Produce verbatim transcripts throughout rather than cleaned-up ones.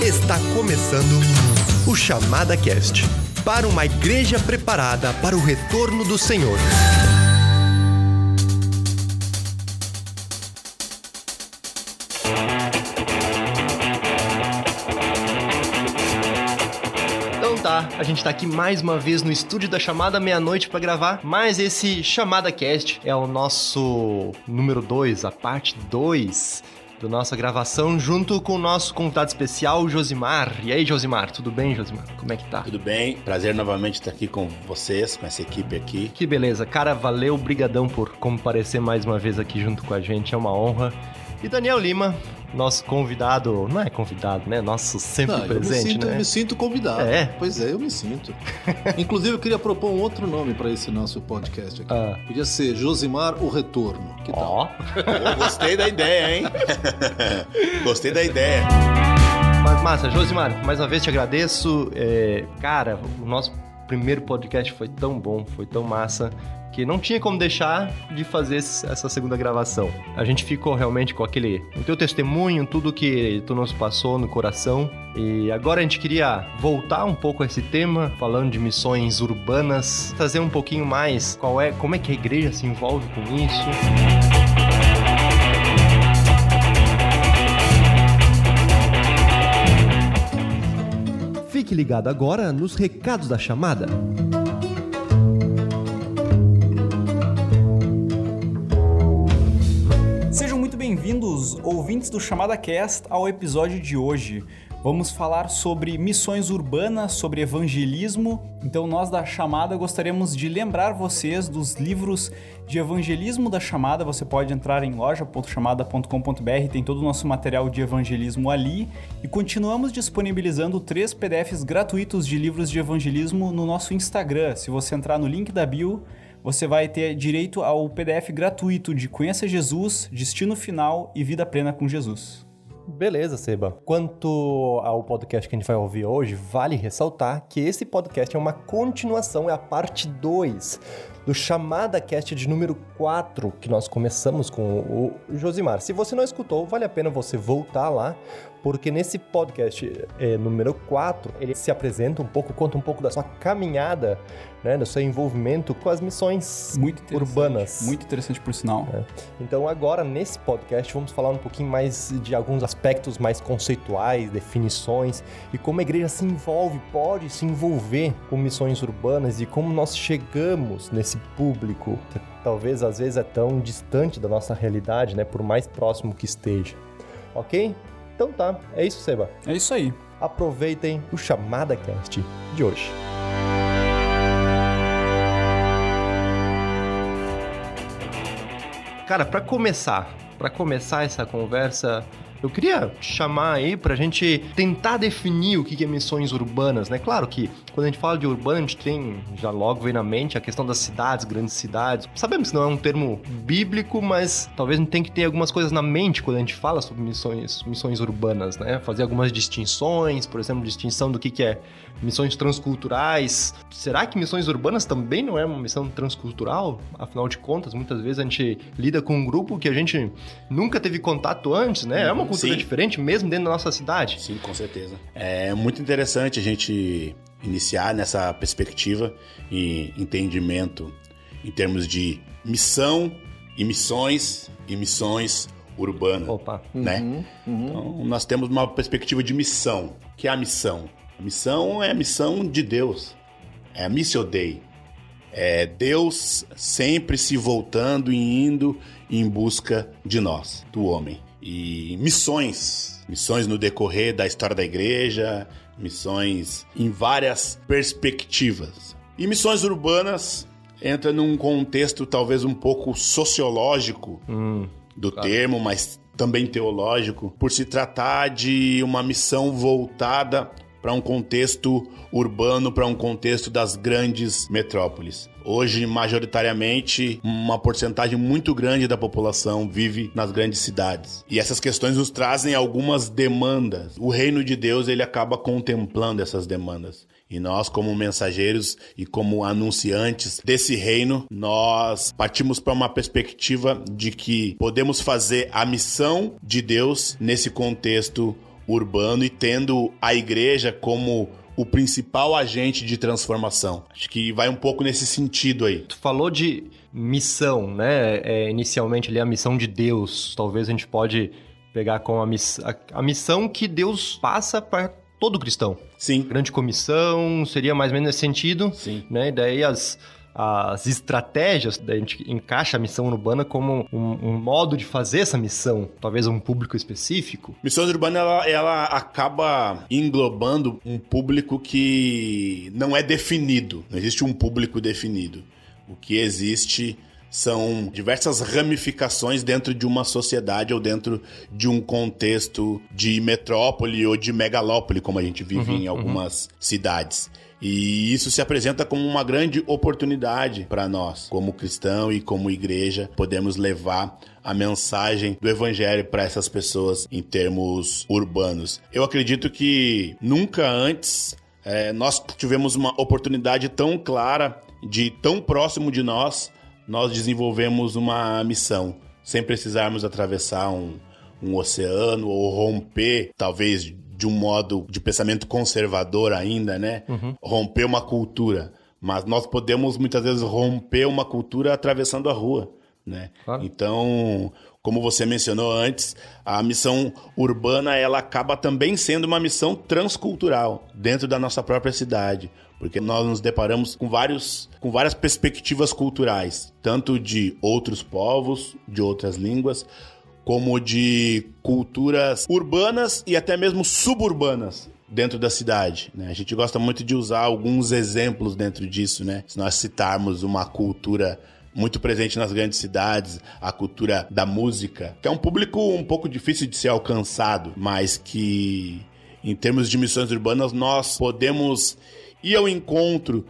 Está começando o Chamada Cast, para uma igreja preparada para o retorno do Senhor. Então tá, a gente tá aqui mais uma vez no estúdio da Chamada Meia-Noite para gravar mais esse Chamada Cast. É o nosso número dois, a parte dois da nossa gravação, junto com o nosso convidado especial, Josimar. E aí, Josimar, tudo bem, Josimar? Como é que tá? Tudo bem, prazer novamente estar aqui com vocês, com essa equipe aqui. Que beleza, cara, valeu, brigadão por comparecer mais uma vez aqui junto com a gente, é uma honra. E Daniel Lima, nosso convidado, não é convidado, né? Nosso sempre não, presente, eu me sinto, né? Eu me sinto convidado. É? Pois é, eu me sinto. Inclusive, eu queria propor um outro nome para esse nosso podcast aqui. Ah. Podia ser Josimar o Retorno. Que tal? Ó. Oh, gostei da ideia, hein? Gostei da ideia. Mas massa, Josimar, mais uma vez te agradeço. É, cara, o nosso primeiro podcast foi tão bom, foi tão massa, que não tinha como deixar de fazer essa segunda gravação. A gente ficou realmente com aquele... o teu testemunho, tudo que tu nos passou no coração. E agora a gente queria voltar um pouco a esse tema, falando de missões urbanas, trazer um pouquinho mais qual é, como é que a igreja se envolve com isso. Fique ligado agora nos recados da chamada. Sejam muito bem-vindos, ouvintes do Chamada Cast, ao episódio de hoje. Vamos falar sobre missões urbanas, sobre evangelismo. Então nós da Chamada gostaríamos de lembrar vocês dos livros de evangelismo da Chamada. Você pode entrar em loja ponto chamada ponto com ponto b r, tem todo o nosso material de evangelismo ali. E continuamos disponibilizando três P D Fs gratuitos de livros de evangelismo no nosso Instagram. Se você entrar no link da bio, você vai ter direito ao P D F gratuito de Conheça Jesus, Destino Final e Vida Plena com Jesus. Beleza, Seba. Quanto ao podcast que a gente vai ouvir hoje, vale ressaltar que esse podcast é uma continuação, é a parte dois do Chamada Cast de número quatro, que nós começamos com o Josimar. Se você não escutou, vale a pena você voltar lá, porque nesse podcast é, número quatro, ele se apresenta um pouco, conta um pouco da sua caminhada, né, do seu envolvimento com as missões muito urbanas. Muito interessante, por sinal. É. Então agora, nesse podcast, vamos falar um pouquinho mais de alguns aspectos mais conceituais, definições, e como a igreja se envolve, pode se envolver com missões urbanas e como nós chegamos nesse público, que talvez às vezes é tão distante da nossa realidade, né, por mais próximo que esteja. Ok? Então tá, é isso, Seba. É isso aí. Aproveitem o Chamada Cast de hoje. Cara, para começar, para começar essa conversa, eu queria chamar aí pra gente tentar definir o que é missões urbanas, né? Claro que quando a gente fala de urbana, a gente tem, já logo vem na mente, a questão das cidades, grandes cidades. Sabemos que não é um termo bíblico, mas talvez a gente tenha que ter algumas coisas na mente quando a gente fala sobre missões, missões urbanas, né? Fazer algumas distinções, por exemplo, distinção do que é missões transculturais. Será que missões urbanas também não é uma missão transcultural? Afinal de contas, muitas vezes a gente lida com um grupo que a gente nunca teve contato antes, né? É uma cultura Sim. diferente, mesmo dentro da nossa cidade. Sim, com certeza. É muito interessante a gente iniciar nessa perspectiva e entendimento em termos de missão e missões e missões urbanas. Opa. Né? Uhum, uhum. Então, nós temos uma perspectiva de missão. O que é a missão? A missão é a missão de Deus. É a Missio Dei. É Deus sempre se voltando e indo em busca de nós, do homem. E missões, missões no decorrer da história da igreja, missões em várias perspectivas. E missões urbanas entra num contexto talvez um pouco sociológico hum, do claro. termo, mas também teológico, por se tratar de uma missão voltada para um contexto urbano, para um contexto das grandes metrópoles. Hoje, majoritariamente, uma porcentagem muito grande da população vive nas grandes cidades. E essas questões nos trazem algumas demandas. O reino de Deus, ele acaba contemplando essas demandas. E nós, como mensageiros e como anunciantes desse reino, nós partimos para uma perspectiva de que podemos fazer a missão de Deus nesse contexto urbano e tendo a igreja como o principal agente de transformação. Acho que vai um pouco nesse sentido aí. Tu falou de missão, né? É, inicialmente ali a missão de Deus. Talvez a gente pode pegar com a, miss... a, a missão que Deus passa para todo cristão. Sim. Grande comissão, seria mais ou menos nesse sentido. Sim. Né? E daí as... as estratégias, daí a gente encaixa a missão urbana como um, um modo de fazer essa missão, talvez a um público específico. Missões urbanas, ela, ela acaba englobando um público que não é definido, não existe um público definido. O que existe são diversas ramificações dentro de uma sociedade ou dentro de um contexto de metrópole ou de megalópole, como a gente vive uhum, em algumas uhum. cidades. E isso se apresenta como uma grande oportunidade para nós, como cristão e como igreja, podemos levar a mensagem do evangelho para essas pessoas em termos urbanos. Eu acredito que nunca antes é, nós tivemos uma oportunidade tão clara, de tão próximo de nós, nós desenvolvemos uma missão, sem precisarmos atravessar um, um oceano ou romper, talvez, de um modo de pensamento conservador ainda, né? Uhum. Romper uma cultura. Mas nós podemos, muitas vezes, romper uma cultura atravessando a rua, né? Ah. Então, como você mencionou antes, a missão urbana, ela acaba também sendo uma missão transcultural dentro da nossa própria cidade. Porque nós nos deparamos com, vários, com várias perspectivas culturais, tanto de outros povos, de outras línguas, como de culturas urbanas e até mesmo suburbanas dentro da cidade, né? A gente gosta muito de usar alguns exemplos dentro disso, né? Se nós citarmos uma cultura muito presente nas grandes cidades, a cultura da música, que é um público um pouco difícil de ser alcançado, mas que, em termos de missões urbanas, nós podemos ir ao encontro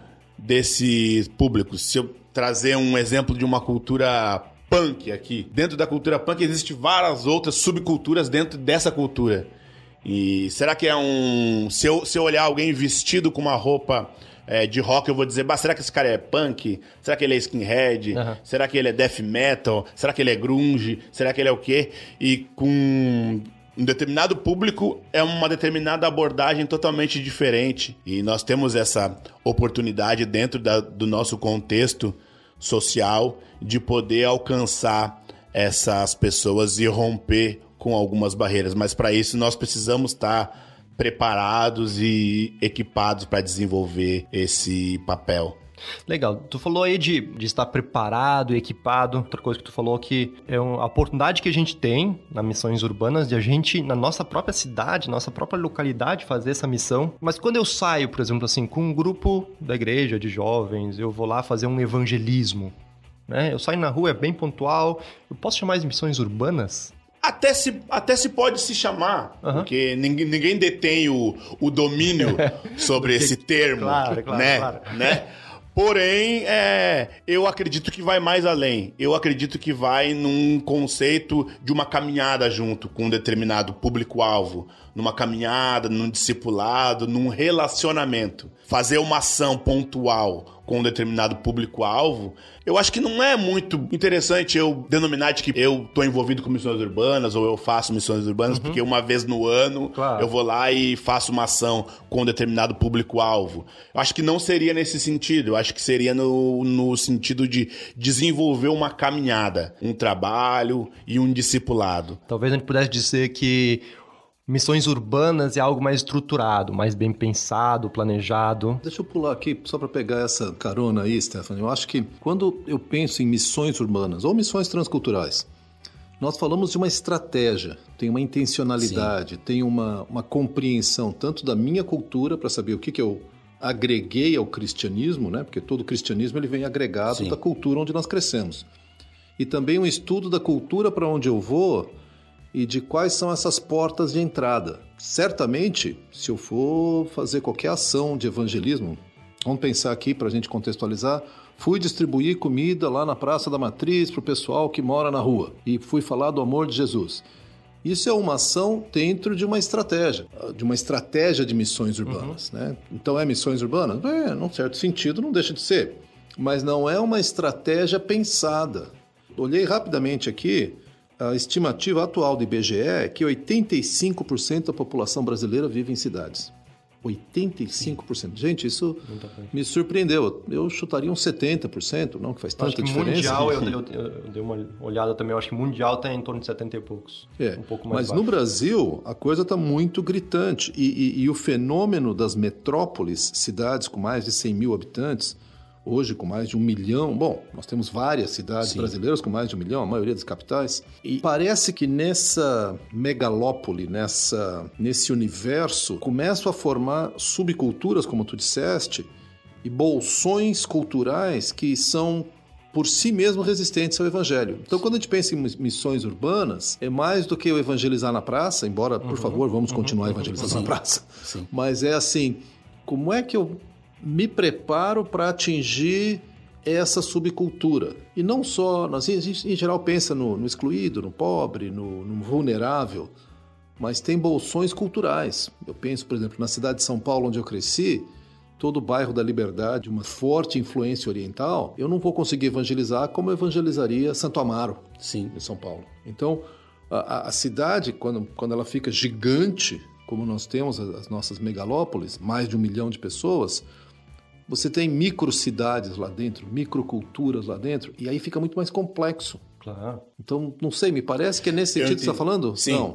desses públicos. Se eu trazer um exemplo de uma cultura punk aqui, dentro da cultura punk existem várias outras subculturas dentro dessa cultura. E será que é um... Se eu, se eu olhar alguém vestido com uma roupa é, de rock, eu vou dizer, bah, será que esse cara é punk? Será que ele é skinhead? Uhum. Será que ele é death metal? Será que ele é grunge? Será que ele é o quê? E com um determinado público é uma determinada abordagem totalmente diferente. E nós temos essa oportunidade dentro da, do nosso contexto social de poder alcançar essas pessoas e romper com algumas barreiras. Mas para isso nós precisamos estar preparados e equipados para desenvolver esse papel. Legal. Tu falou aí de, de estar preparado e equipado. Outra coisa que tu falou que é uma oportunidade que a gente tem nas missões urbanas de a gente, na nossa própria cidade, nossa própria localidade, fazer essa missão. Mas quando eu saio, por exemplo, assim, com um grupo da igreja, de jovens, eu vou lá fazer um evangelismo, né? Eu saio na rua, é bem pontual. Eu posso chamar de missões urbanas? Até se, até se pode se chamar, uhum. porque ninguém, ninguém detém o, o domínio sobre esse termo, claro, claro, né? Claro. né? Porém, é, eu acredito que vai mais além. Eu acredito que vai num conceito de uma caminhada junto com um determinado público-alvo. Numa caminhada, num discipulado, num relacionamento. Fazer uma ação pontual com um determinado público-alvo, eu acho que não é muito interessante eu denominar de que eu estou envolvido com missões urbanas ou eu faço missões urbanas, uhum. porque uma vez no ano claro. eu vou lá e faço uma ação com um determinado público-alvo. Eu acho que não seria nesse sentido, eu acho que seria no, no sentido de desenvolver uma caminhada, um trabalho e um discipulado. Talvez a gente pudesse dizer que missões urbanas é algo mais estruturado, mais bem pensado, planejado. Deixa eu pular aqui só para pegar essa carona aí, Stephanie. Eu acho que quando eu penso em missões urbanas ou missões transculturais, nós falamos de uma estratégia, tem uma intencionalidade, Sim. tem uma, uma compreensão tanto da minha cultura para saber o que, que eu agreguei ao cristianismo, né? Porque todo cristianismo ele vem agregado Sim. da cultura onde nós crescemos. E também um estudo da cultura para onde eu vou e de quais são essas portas de entrada. Certamente, se eu for fazer qualquer ação de evangelismo, vamos pensar aqui para a gente contextualizar, fui distribuir comida lá na Praça da Matriz para o pessoal que mora na rua e fui falar do amor de Jesus. Isso é uma ação dentro de uma estratégia, de uma estratégia de missões urbanas. Uhum. Né? Então é missões urbanas? É, num certo sentido não deixa de ser, mas não é uma estratégia pensada. Olhei rapidamente aqui, A estimativa atual do I B G E é que oitenta e cinco por cento da população brasileira vive em cidades. oitenta e cinco por cento. Gente, isso me surpreendeu. Eu chutaria uns setenta por cento, não que faz tanta acho que diferença. Mundial, eu, eu, eu dei uma olhada também, eu acho que mundial está em torno de setenta e poucos. É, um pouco mais mas baixo. No Brasil, a coisa está muito gritante. E, e, e o fenômeno das metrópoles, cidades com mais de cem mil habitantes, hoje com mais de um milhão... Bom, nós temos várias cidades Sim. brasileiras com mais de um milhão, a maioria das capitais. E parece que nessa megalópole, nessa, nesse universo, começam a formar subculturas, como tu disseste, e bolsões culturais que são, por si mesmos, resistentes ao evangelho. Então, quando a gente pensa em missões urbanas, é mais do que o evangelizar na praça, embora, por uhum, favor, vamos uhum, continuar uhum, evangelizando uhum. na praça. Sim. Mas é assim, como é que eu me preparo para atingir essa subcultura? E não só, nós, a gente em geral pensa no, no excluído, no pobre, no, no vulnerável, mas tem bolsões culturais. Eu penso, por exemplo, na cidade de São Paulo, onde eu cresci, todo o bairro da Liberdade, uma forte influência oriental, eu não vou conseguir evangelizar como eu evangelizaria Santo Amaro, Sim. em São Paulo. Então, a, a cidade, quando, quando ela fica gigante, como nós temos as nossas megalópolis, mais de um milhão de pessoas, você tem microcidades lá dentro, microculturas lá dentro, e aí fica muito mais complexo. Claro. Então, não sei, me parece que é nesse sentido que você está falando? Sim. Não.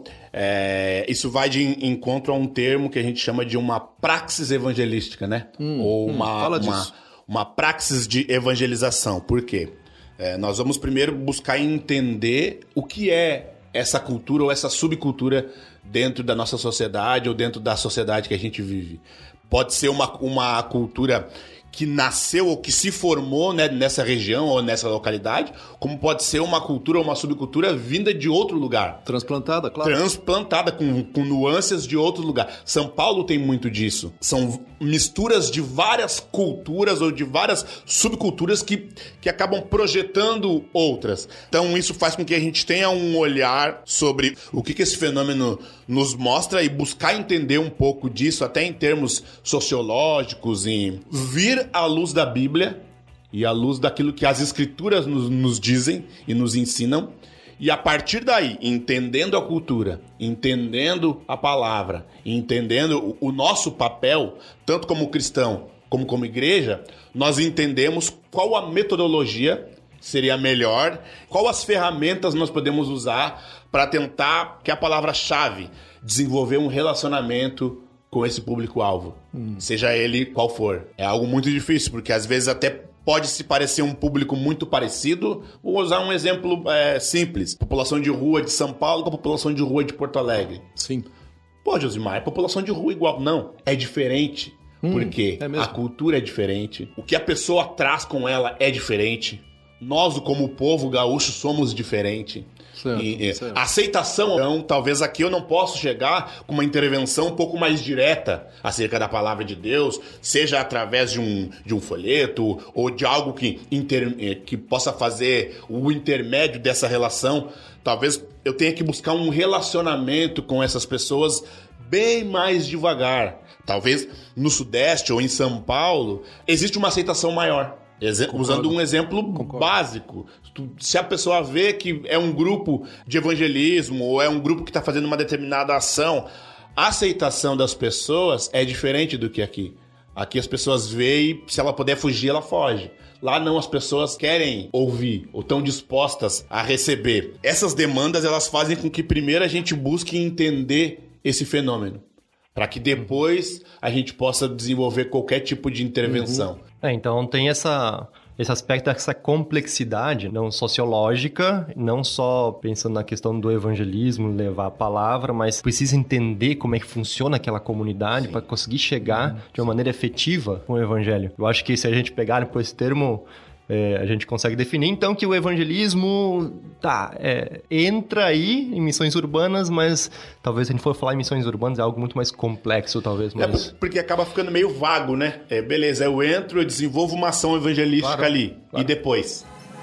É, isso vai de encontro a um termo que a gente chama de uma praxis evangelística, né? Hum, Ou uma, hum, fala uma, disso. uma praxis de evangelização. Por quê? É, nós vamos primeiro buscar entender o que é essa cultura ou essa subcultura dentro da nossa sociedade ou dentro da sociedade que a gente vive. Pode ser uma, uma cultura que nasceu ou que se formou, né, nessa região ou nessa localidade, como pode ser uma cultura ou uma subcultura vinda de outro lugar. Transplantada, claro. Transplantada, com, com nuances de outro lugar. São Paulo tem muito disso. São misturas de várias culturas ou de várias subculturas que, que acabam projetando outras. Então isso faz com que a gente tenha um olhar sobre o que, que esse fenômeno nos mostra e buscar entender um pouco disso, até em termos sociológicos, em vir à luz da Bíblia e à luz daquilo que as Escrituras nos, nos dizem e nos ensinam. E a partir daí, entendendo a cultura, entendendo a palavra, entendendo o, o nosso papel, tanto como cristão como como igreja, nós entendemos qual a metodologia seria melhor, qual as ferramentas nós podemos usar para tentar, que é a palavra-chave, desenvolver um relacionamento com esse público-alvo, hum. seja ele qual for. É algo muito difícil, porque às vezes até pode se parecer um público muito parecido. Vou usar um exemplo é, simples. População de rua de São Paulo com a população de rua de Porto Alegre. Sim. Pô, Josimar, é população de rua igual. Não, é diferente. Hum, porque é a cultura é diferente. O que a pessoa traz com ela é diferente. Nós, como povo gaúcho, somos diferentes. Certo, e, certo. A aceitação, então, talvez aqui eu não possa chegar com uma intervenção um pouco mais direta acerca da palavra de Deus, seja através de um, de um folheto ou de algo que, inter, que possa fazer o intermédio dessa relação. Talvez eu tenha que buscar um relacionamento com essas pessoas bem mais devagar. Talvez no Sudeste ou em São Paulo existe uma aceitação maior. Exe- usando um exemplo Concordo. básico. Se a pessoa vê que é um grupo de evangelismo ou é um grupo que está fazendo uma determinada ação, a aceitação das pessoas é diferente do que aqui. Aqui as pessoas veem e se ela puder fugir, ela foge. Lá não, as pessoas querem ouvir ou estão dispostas a receber. Essas demandas, elas fazem com que primeiro a gente busque entender esse fenômeno, para que depois a gente possa desenvolver qualquer tipo de intervenção. Uhum. É, então tem essa, esse aspecto dessa complexidade, não sociológica, não só pensando na questão do evangelismo, levar a palavra, mas precisa entender como é que funciona aquela comunidade para conseguir chegar uhum. de uma maneira efetiva com o evangelho. Eu acho que se a gente pegar por esse termo, é, a gente consegue definir, então, que o evangelismo tá, é, entra aí em missões urbanas, mas talvez se a gente for falar em missões urbanas é algo muito mais complexo, talvez. Mas... É porque acaba ficando meio vago, né? É, beleza, eu entro, eu desenvolvo uma ação evangelística claro, ali. Claro. E depois?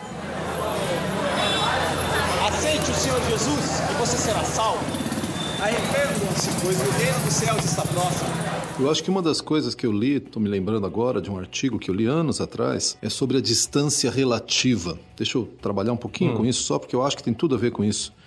Aceite o Senhor Jesus e você será salvo. Arrependam-se, pois o reino dos céus está próximo. Eu acho que uma das coisas que eu li, estou me lembrando agora de um artigo que eu li anos atrás, é sobre a distância relativa. Deixa eu trabalhar um pouquinho hum. com isso, só porque eu acho que tem tudo a ver com isso.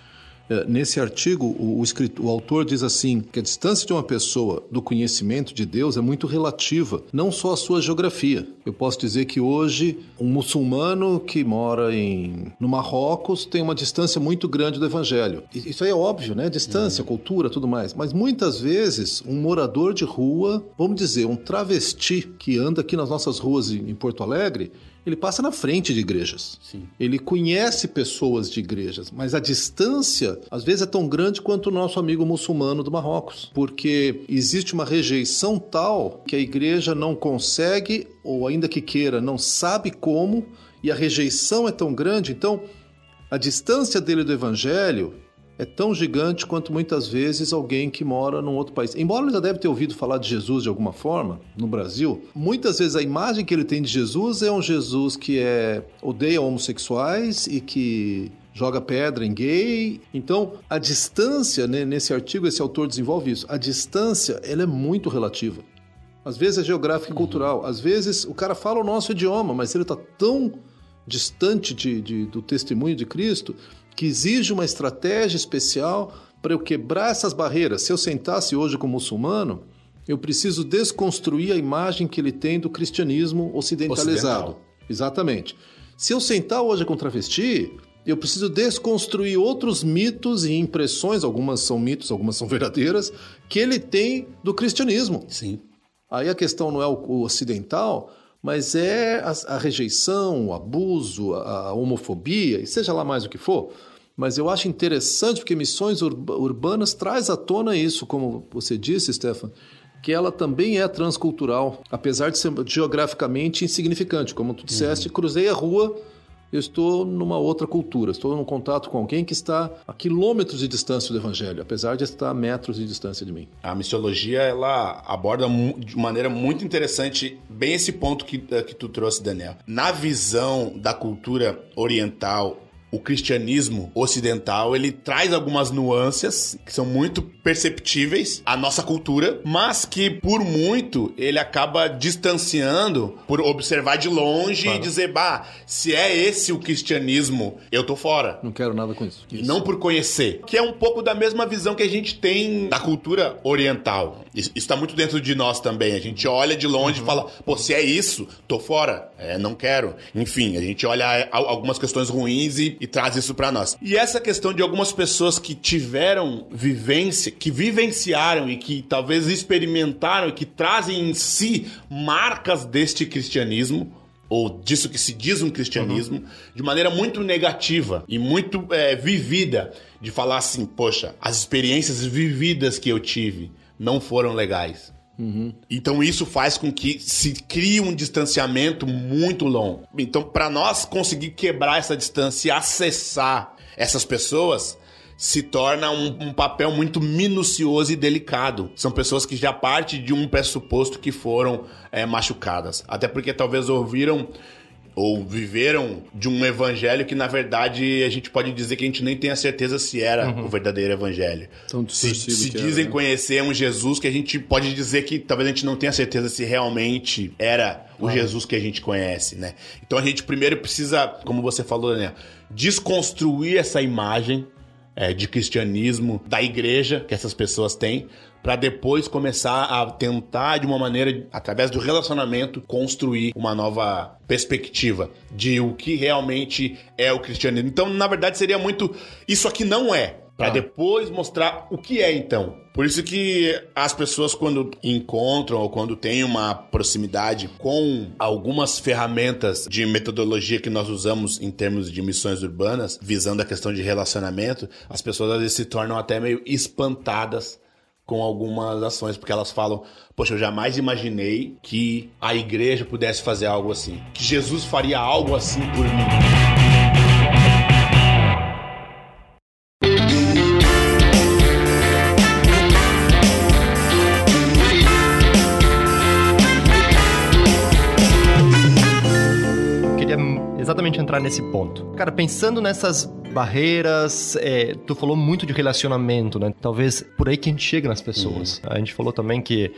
Nesse artigo, o, o, escritor, o autor diz assim, que a distância de uma pessoa do conhecimento de Deus é muito relativa, não só a sua geografia. Eu posso dizer que hoje, um muçulmano que mora em, no Marrocos tem uma distância muito grande do Evangelho. Isso aí é óbvio, né? Distância, uhum. cultura, tudo mais. Mas muitas vezes, um morador de rua, vamos dizer, um travesti que anda aqui nas nossas ruas em Porto Alegre, ele passa na frente de igrejas. Sim. Ele conhece pessoas de igrejas, mas a distância, às vezes, é tão grande quanto o nosso amigo muçulmano do Marrocos. Porque existe uma rejeição tal que a igreja não consegue, ou ainda que queira, não sabe como, e a rejeição é tão grande. Então, a distância dele do evangelho é tão gigante quanto muitas vezes alguém que mora num outro país. Embora ele já deve ter ouvido falar de Jesus de alguma forma, no Brasil, muitas vezes a imagem que ele tem de Jesus é um Jesus que é, odeia homossexuais e que joga pedra em gay. Então, a distância, né, nesse artigo, esse autor desenvolve isso. A distância, ela é muito relativa. Às vezes é geográfica e uhum. cultural. Às vezes o cara fala o nosso idioma, mas ele está tão distante de, de, do testemunho de Cristo que exige uma estratégia especial para eu quebrar essas barreiras. Se eu sentasse hoje com um muçulmano, eu preciso desconstruir a imagem que ele tem do cristianismo ocidentalizado. Ocidental. Exatamente. Se eu sentar hoje com um travesti, eu preciso desconstruir outros mitos e impressões, algumas são mitos, algumas são verdadeiras, que ele tem do cristianismo. Sim. Aí a questão não é o ocidental, mas é a, a rejeição, o abuso, a, a homofobia, e seja lá mais o que for. Mas eu acho interessante porque Missões Urbanas traz à tona isso, como você disse, Stefan, que ela também é transcultural, apesar de ser geograficamente insignificante. Como tu disseste, uhum. cruzei a rua, eu estou numa outra cultura, estou num contato com alguém que está a quilômetros de distância do Evangelho, apesar de estar a metros de distância de mim. A missiologia, ela aborda de maneira muito interessante bem esse ponto que, que tu trouxe, Daniel. Na visão da cultura oriental, o cristianismo ocidental, ele traz algumas nuances que são muito perceptíveis à nossa cultura, mas que, por muito, ele acaba distanciando por observar de longe claro. E dizer, bah, se é esse o cristianismo, eu tô fora. Não quero nada com isso. isso. Não por conhecer. Que é um pouco da mesma visão que a gente tem da cultura oriental. Isso está muito dentro de nós também. A gente olha de longe uhum. e fala, pô, se é isso, tô fora. É, não quero. Enfim, a gente olha algumas questões ruins e, e traz isso pra nós. E essa questão de algumas pessoas que tiveram vivência, que vivenciaram e que talvez experimentaram e que trazem em si marcas deste cristianismo, ou disso que se diz um cristianismo, uhum. de maneira muito negativa e muito é, vivida, de falar assim, poxa, as experiências vividas que eu tive não foram legais. Uhum. Então isso faz com que se crie um distanciamento muito longo. Então, para nós conseguir quebrar essa distância e acessar essas pessoas, se torna um, um papel muito minucioso e delicado. São pessoas que já partem de um pressuposto que foram é, machucadas. Até porque talvez ouviram ou viveram de um evangelho que, na verdade, a gente pode dizer que a gente nem tem a certeza se era uhum. o verdadeiro evangelho. Então, se se dizem era, né? conhecer um Jesus que a gente pode dizer que talvez a gente não tenha certeza se realmente era o ah. Jesus que a gente conhece, né? Então a gente primeiro precisa, como você falou, né, desconstruir essa imagem é, de cristianismo da igreja que essas pessoas têm, para depois começar a tentar, de uma maneira, através do relacionamento, construir uma nova perspectiva de o que realmente é o cristianismo. Então, na verdade, seria muito... Isso aqui não é, para ah. depois mostrar o que é, então. Por isso que as pessoas, quando encontram ou quando têm uma proximidade com algumas ferramentas de metodologia que nós usamos em termos de missões urbanas, visando a questão de relacionamento, as pessoas às vezes se tornam até meio espantadas com algumas ações, porque elas falam, poxa, eu jamais imaginei que a igreja pudesse fazer algo assim, que Jesus faria algo assim por mim. Exatamente entrar nesse ponto. Cara, pensando nessas barreiras, é, tu falou muito de relacionamento, né? Talvez por aí que a gente chega nas pessoas. Uhum. A gente falou também que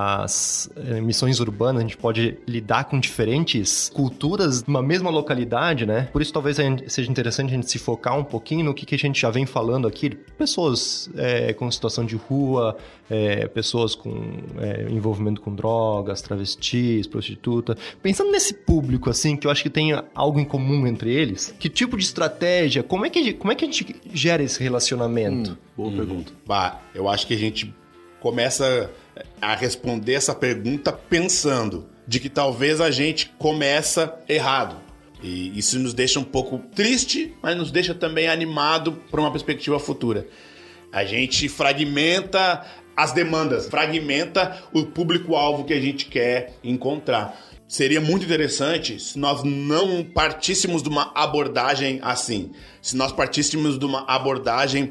as é, missões urbanas, a gente pode lidar com diferentes culturas numa mesma localidade, né? Por isso talvez seja interessante a gente se focar um pouquinho no que, que a gente já vem falando aqui. Pessoas é, com situação de rua, é, pessoas com é, envolvimento com drogas, travestis, prostituta. Pensando nesse público, assim, que eu acho que tem algo em comum entre eles, que tipo de estratégia, como é que, como é que a gente gera esse relacionamento? Hum, boa hum. pergunta. Bah, eu acho que a gente começa a responder essa pergunta pensando de que talvez a gente começa errado. E isso nos deixa um pouco triste, mas nos deixa também animado para uma perspectiva futura. A gente fragmenta as demandas, fragmenta o público-alvo que a gente quer encontrar. Seria muito interessante se nós não partíssemos de uma abordagem assim, se nós partíssemos de uma abordagem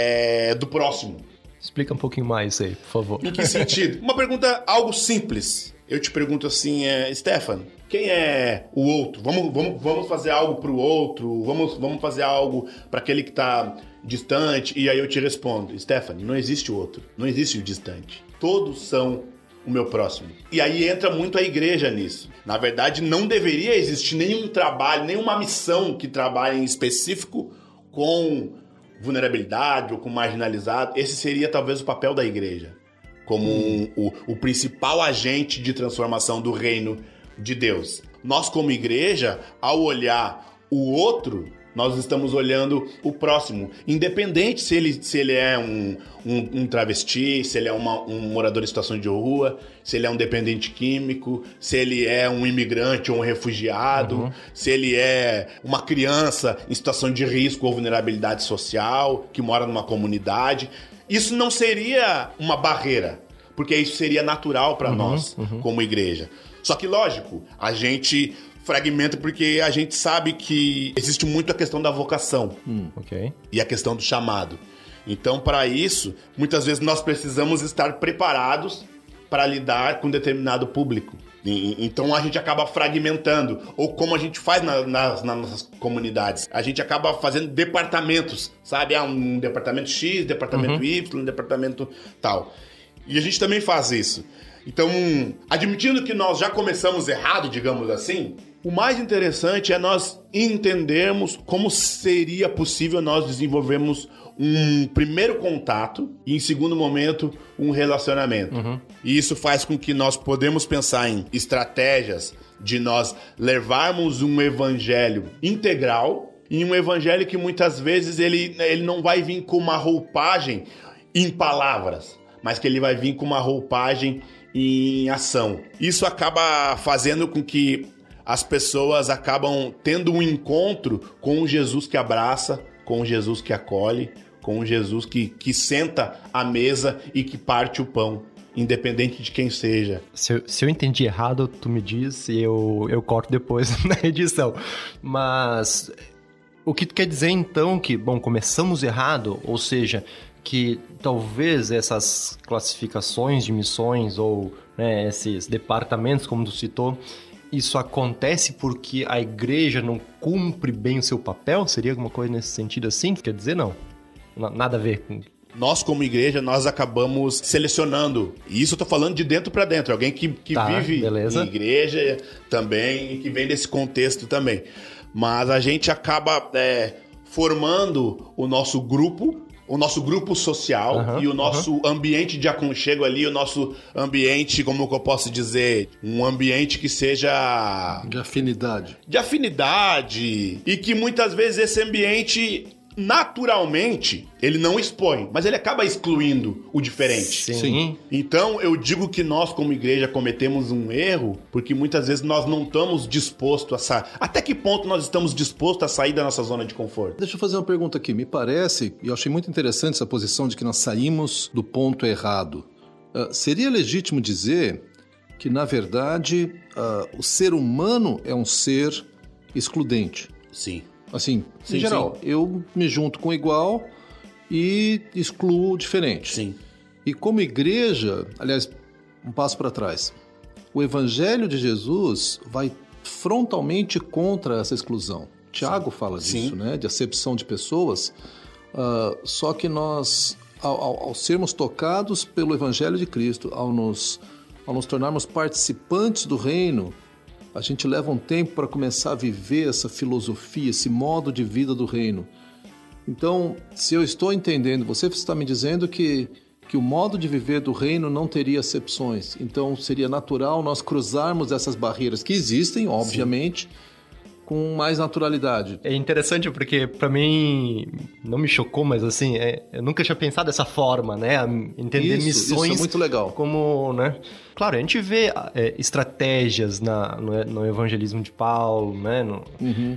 é, do próximo. Explica um pouquinho mais aí, por favor. Em que sentido? Uma pergunta, algo simples. Eu te pergunto assim, é, Stefan, quem é o outro? Vamos, vamos, vamos fazer algo para o outro? Vamos, vamos fazer algo para aquele que está distante? E aí eu te respondo, Stefan, não existe o outro, não existe o distante. Todos são o meu próximo. E aí entra muito a igreja nisso. Na verdade, não deveria existir nenhum trabalho, nenhuma missão que trabalhe em específico com vulnerabilidade ou com marginalizado. Esse seria talvez o papel da igreja, como um, o, o principal agente de transformação do reino de Deus. Nós, como igreja, ao olhar o outro, nós estamos olhando o próximo, independente se ele, se ele é um, um, um travesti, se ele é uma, um morador em situação de rua, se ele é um dependente químico, se ele é um imigrante ou um refugiado, uhum. se ele é uma criança em situação de risco ou vulnerabilidade social, que mora numa comunidade. Isso não seria uma barreira, porque isso seria natural para uhum, nós, uhum. como igreja. Só que, lógico, a gente fragmenta porque a gente sabe que existe muito a questão da vocação hum, okay. e a questão do chamado. Então, para isso, muitas vezes nós precisamos estar preparados para lidar com determinado público. E, então, a gente acaba fragmentando, ou como a gente faz na, nas, nas nossas comunidades. A gente acaba fazendo departamentos, sabe? Ah, um departamento X, departamento uhum. Y, um departamento tal. E a gente também faz isso. Então, admitindo que nós já começamos errado, digamos assim, o mais interessante é nós entendermos como seria possível nós desenvolvermos um primeiro contato e, em segundo momento, um relacionamento. Uhum. E isso faz com que nós podemos pensar em estratégias de nós levarmos um evangelho integral e um evangelho que muitas vezes ele, ele não vai vir com uma roupagem em palavras, mas que ele vai vir com uma roupagem em ação. Isso acaba fazendo com que as pessoas acabam tendo um encontro com o Jesus que abraça, com o Jesus que acolhe, com o Jesus que, que senta à mesa e que parte o pão, independente de quem seja. Se eu, se eu entendi errado, tu me diz e eu, eu corto depois na edição. Mas o que tu quer dizer então que, bom, começamos errado, ou seja, que talvez essas classificações de missões ou né, esses departamentos, como tu citou, isso acontece porque a igreja não cumpre bem o seu papel? Seria alguma coisa nesse sentido assim? Quer dizer, não. Nada a ver com... Nós, como igreja, nós acabamos selecionando. E isso eu tô falando de dentro para dentro. Alguém que, que tá, vive beleza. em igreja também e que vem desse contexto também. Mas a gente acaba é, formando o nosso grupo, o nosso grupo social uhum, e o nosso uhum. ambiente de aconchego ali, o nosso ambiente, como que eu posso dizer, um ambiente que seja... De afinidade. De afinidade. E que muitas vezes esse ambiente, naturalmente, ele não expõe, mas ele acaba excluindo o diferente. Sim. Sim. Então, eu digo que nós, como igreja, cometemos um erro, porque muitas vezes nós não estamos dispostos a sair. Até que ponto nós estamos dispostos a sair da nossa zona de conforto? Deixa eu fazer uma pergunta aqui. Me parece, e eu achei muito interessante essa posição de que nós saímos do ponto errado. Uh, seria legítimo dizer que, na verdade, uh, o ser humano é um ser excludente? Sim. Assim, sim, em geral, sim. eu me junto com o igual e excluo o diferente. Sim. E como igreja, aliás, um passo para trás, o evangelho de Jesus vai frontalmente contra essa exclusão. Tiago fala disso, Sim. né? De acepção de pessoas. Uh, só que nós, ao, ao, ao sermos tocados pelo Evangelho de Cristo, ao nos, ao nos tornarmos participantes do reino, a gente leva um tempo para começar a viver essa filosofia, esse modo de vida do reino. Então, se eu estou entendendo, você está me dizendo que que o modo de viver do reino não teria acepções. Então, seria natural nós cruzarmos essas barreiras que existem, obviamente, Sim. com mais naturalidade. É interessante porque, para mim, não me chocou, mas assim, é, eu nunca tinha pensado dessa forma, né? Entender isso, missões isso é muito legal. Como, né? Claro, a gente vê é, estratégias na, no, no evangelismo de Paulo, né? No, uhum.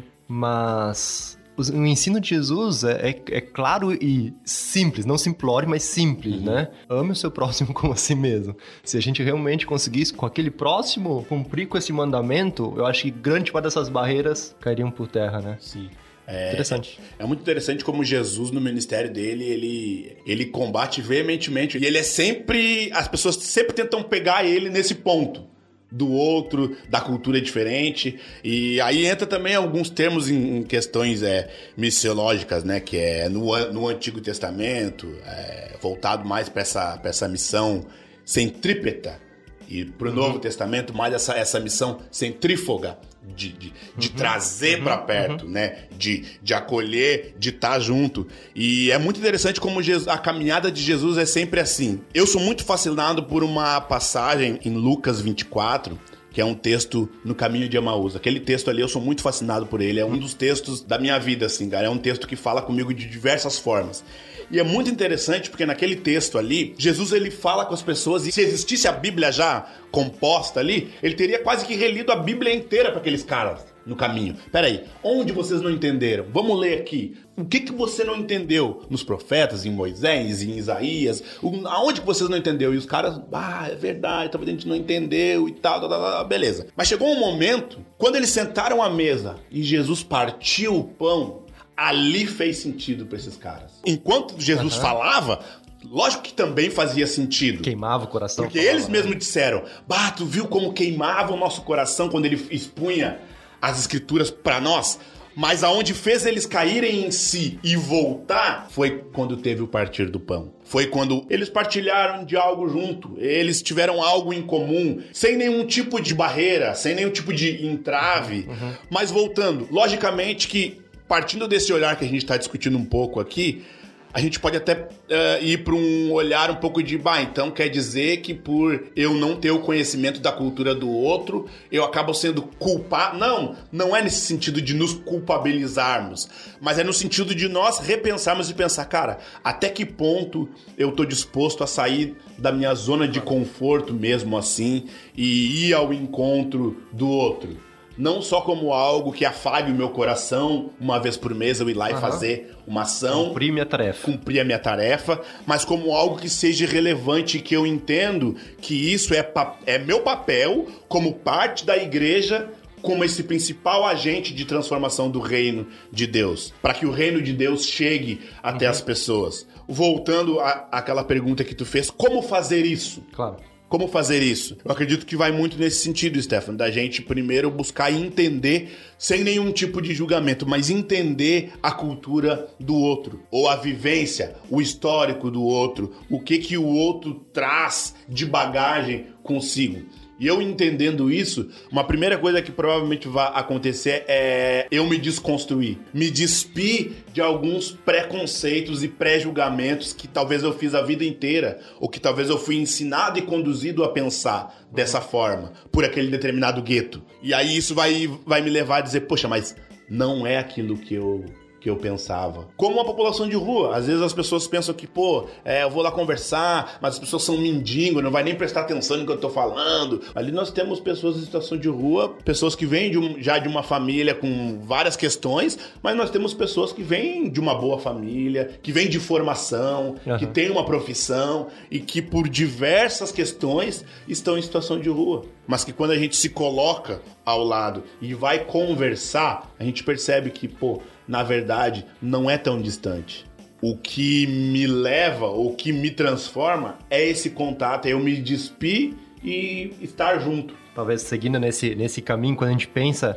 Mas... O ensino de Jesus é, é, é claro e simples, não simplório, mas simples, uhum. né? Ame o seu próximo como a si mesmo. Se a gente realmente conseguisse, com aquele próximo, cumprir com esse mandamento, eu acho que grande parte dessas barreiras cairiam por terra, né? Sim. É, interessante. É, é muito interessante como Jesus, no ministério dele, ele, ele combate veementemente. E ele é sempre... As pessoas sempre tentam pegar ele nesse ponto. Do outro, da cultura diferente. E aí entra também alguns termos em, em questões é, missiológicas, né? Que é no, no Antigo Testamento, é, voltado mais para essa, para essa missão centrípeta. E para o uhum. Novo Testamento, mais essa, essa missão centrífuga. De, de, de uhum, trazer uhum, para perto, uhum. né? De, de acolher, de estar junto. E é muito interessante como Jesus, a caminhada de Jesus é sempre assim. Eu sou muito fascinado por uma passagem em Lucas vinte e quatro, que é um texto no caminho de Emaús. Aquele texto ali, eu sou muito fascinado por ele. É um dos textos da minha vida, assim, cara. É um texto que fala comigo de diversas formas. E é muito interessante porque naquele texto ali, Jesus ele fala com as pessoas e se existisse a Bíblia já composta ali, ele teria quase que relido a Bíblia inteira para aqueles caras no caminho. Peraí, onde vocês não entenderam? Vamos ler aqui. O que que você não entendeu nos profetas, em Moisés, em Isaías? O, aonde que vocês não entenderam? E os caras, ah, é verdade, talvez a gente não entendeu e tal, tal, tal, tal, beleza. Mas chegou um momento, quando eles sentaram à mesa e Jesus partiu o pão, ali fez sentido para esses caras. Enquanto Jesus uhum. falava, lógico que também fazia sentido. Queimava o coração. Porque eles mesmos disseram, bah, tu viu como queimava o nosso coração quando ele expunha as escrituras para nós? Mas aonde fez eles caírem em si e voltar foi quando teve o partir do pão. Foi quando eles partilharam de algo junto. Eles tiveram algo em comum, sem nenhum tipo de barreira, sem nenhum tipo de entrave. Uhum. Mas voltando, logicamente que partindo desse olhar que a gente está discutindo um pouco aqui, a gente pode até uh, ir para um olhar um pouco de, bah, então quer dizer que por eu não ter o conhecimento da cultura do outro, eu acabo sendo culpado. Não, não é nesse sentido de nos culpabilizarmos, mas é no sentido de nós repensarmos e pensar, cara, até que ponto eu tô disposto a sair da minha zona de conforto mesmo assim e ir ao encontro do outro. Não só como algo que afague o meu coração, uma vez por mês eu ir lá uhum. e fazer uma ação. Cumprir minha tarefa. Cumprir a minha tarefa, mas como algo que seja relevante, que eu entendo que isso é, é meu papel como parte da igreja, como esse principal agente de transformação do reino de Deus, para que o reino de Deus chegue até uhum. as pessoas. Voltando à, àquela pergunta que tu fez, como fazer isso? Claro. Como fazer isso? Eu acredito que vai muito nesse sentido, Stefano, da gente primeiro buscar entender, sem nenhum tipo de julgamento, mas entender a cultura do outro, ou a vivência, o histórico do outro, o que que o outro traz de bagagem consigo. E eu entendendo isso, uma primeira coisa que provavelmente vai acontecer é eu me desconstruir, me despir de alguns preconceitos e pré-julgamentos que talvez eu fiz a vida inteira, ou que talvez eu fui ensinado e conduzido a pensar dessa forma, por aquele determinado gueto. E aí isso vai, vai me levar a dizer, poxa, mas não é aquilo que eu... que eu pensava. Como a população de rua. Às vezes as pessoas pensam que, pô, é, eu vou lá conversar, mas as pessoas são mendigos, não vai nem prestar atenção no que eu tô falando. Ali nós temos pessoas em situação de rua, pessoas que vêm de um, já de uma família com várias questões, mas nós temos pessoas que vêm de uma boa família, que vêm de formação, uhum. que têm uma profissão e que por diversas questões estão em situação de rua. Mas que quando a gente se coloca ao lado e vai conversar, a gente percebe que, pô, na verdade, não é tão distante. O que me leva, o que me transforma é esse contato, é eu me despir e estar junto. Talvez seguindo nesse, nesse caminho, quando a gente pensa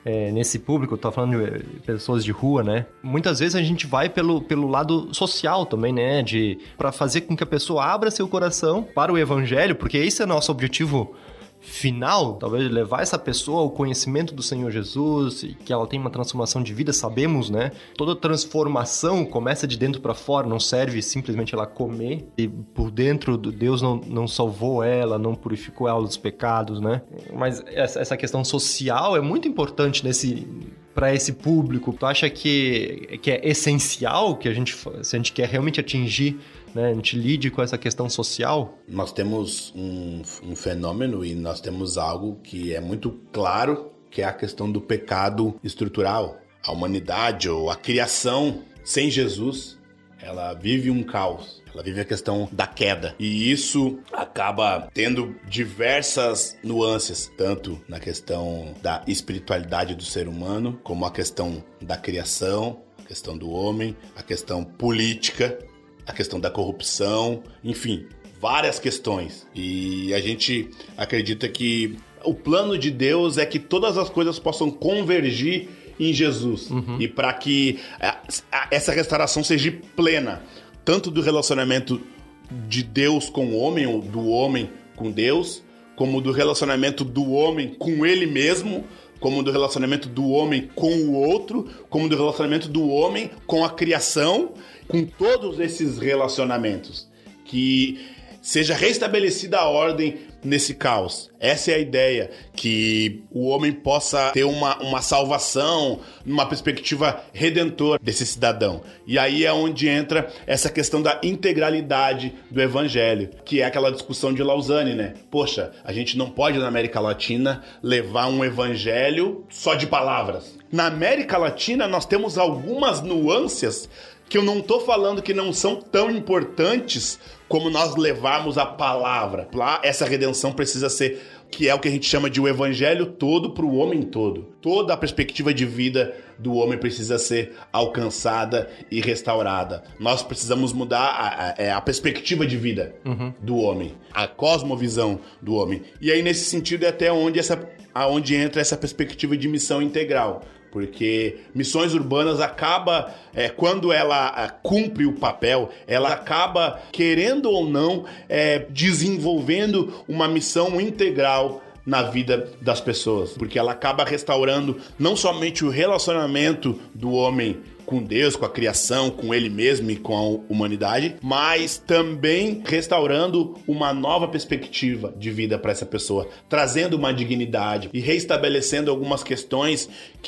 é, nesse público, tô falando de pessoas de rua, né? Muitas vezes a gente vai pelo, pelo lado social também, né? De, pra fazer com que a pessoa abra seu coração para o evangelho, porque esse é o nosso objetivo final, talvez levar essa pessoa ao conhecimento do Senhor Jesus e que ela tem uma transformação de vida, sabemos, né? Toda transformação começa de dentro para fora, não serve simplesmente ela comer e por dentro Deus não, não salvou ela, não purificou ela dos pecados, né? Mas essa questão social é muito importante nesse... para esse público. Tu acha que, que é essencial que a gente, se a gente quer realmente atingir, né, a gente lide com essa questão social? Nós temos um, um fenômeno e nós temos algo que é muito claro, que é a questão do pecado estrutural. A humanidade ou a criação sem Jesus, ela vive um caos. Ela vive a questão da queda. E isso acaba tendo diversas nuances, tanto na questão da espiritualidade do ser humano, como a questão da criação, a questão do homem, a questão política, a questão da corrupção, enfim, várias questões. E a gente acredita que o plano de Deus é que todas as coisas possam convergir em Jesus. Uhum. E para que essa restauração seja plena, tanto do relacionamento de Deus com o homem, ou do homem com Deus, como do relacionamento do homem com ele mesmo, como do relacionamento do homem com o outro, como do relacionamento do homem com a criação, com todos esses relacionamentos. Que seja restabelecida a ordem nesse caos. Essa é a ideia, que o homem possa ter uma, uma salvação, uma perspectiva redentora desse cidadão. E aí é onde entra essa questão da integralidade do evangelho, que é aquela discussão de Lausanne, né? Poxa, a gente não pode na América Latina levar um evangelho só de palavras. Na América Latina nós temos algumas nuances que eu não tô falando que não são tão importantes como nós levarmos a palavra. Lá, essa redenção precisa ser, que é o que a gente chama de o evangelho todo para o homem todo. Toda a perspectiva de vida do homem precisa ser alcançada e restaurada. Nós precisamos mudar a, a, a perspectiva de vida uhum. do homem, a cosmovisão do homem. E aí, nesse sentido, é até onde, essa, aonde entra essa perspectiva de missão integral. Porque missões urbanas acaba, é, quando ela é, cumpre o papel, ela acaba, querendo ou não, é, desenvolvendo uma missão integral na vida das pessoas. Porque ela acaba restaurando não somente o relacionamento do homem com Deus, com a criação, com ele mesmo e com a humanidade, mas também restaurando uma nova perspectiva de vida para essa pessoa, trazendo uma dignidade e reestabelecendo algumas questões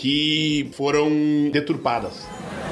que foram deturpadas.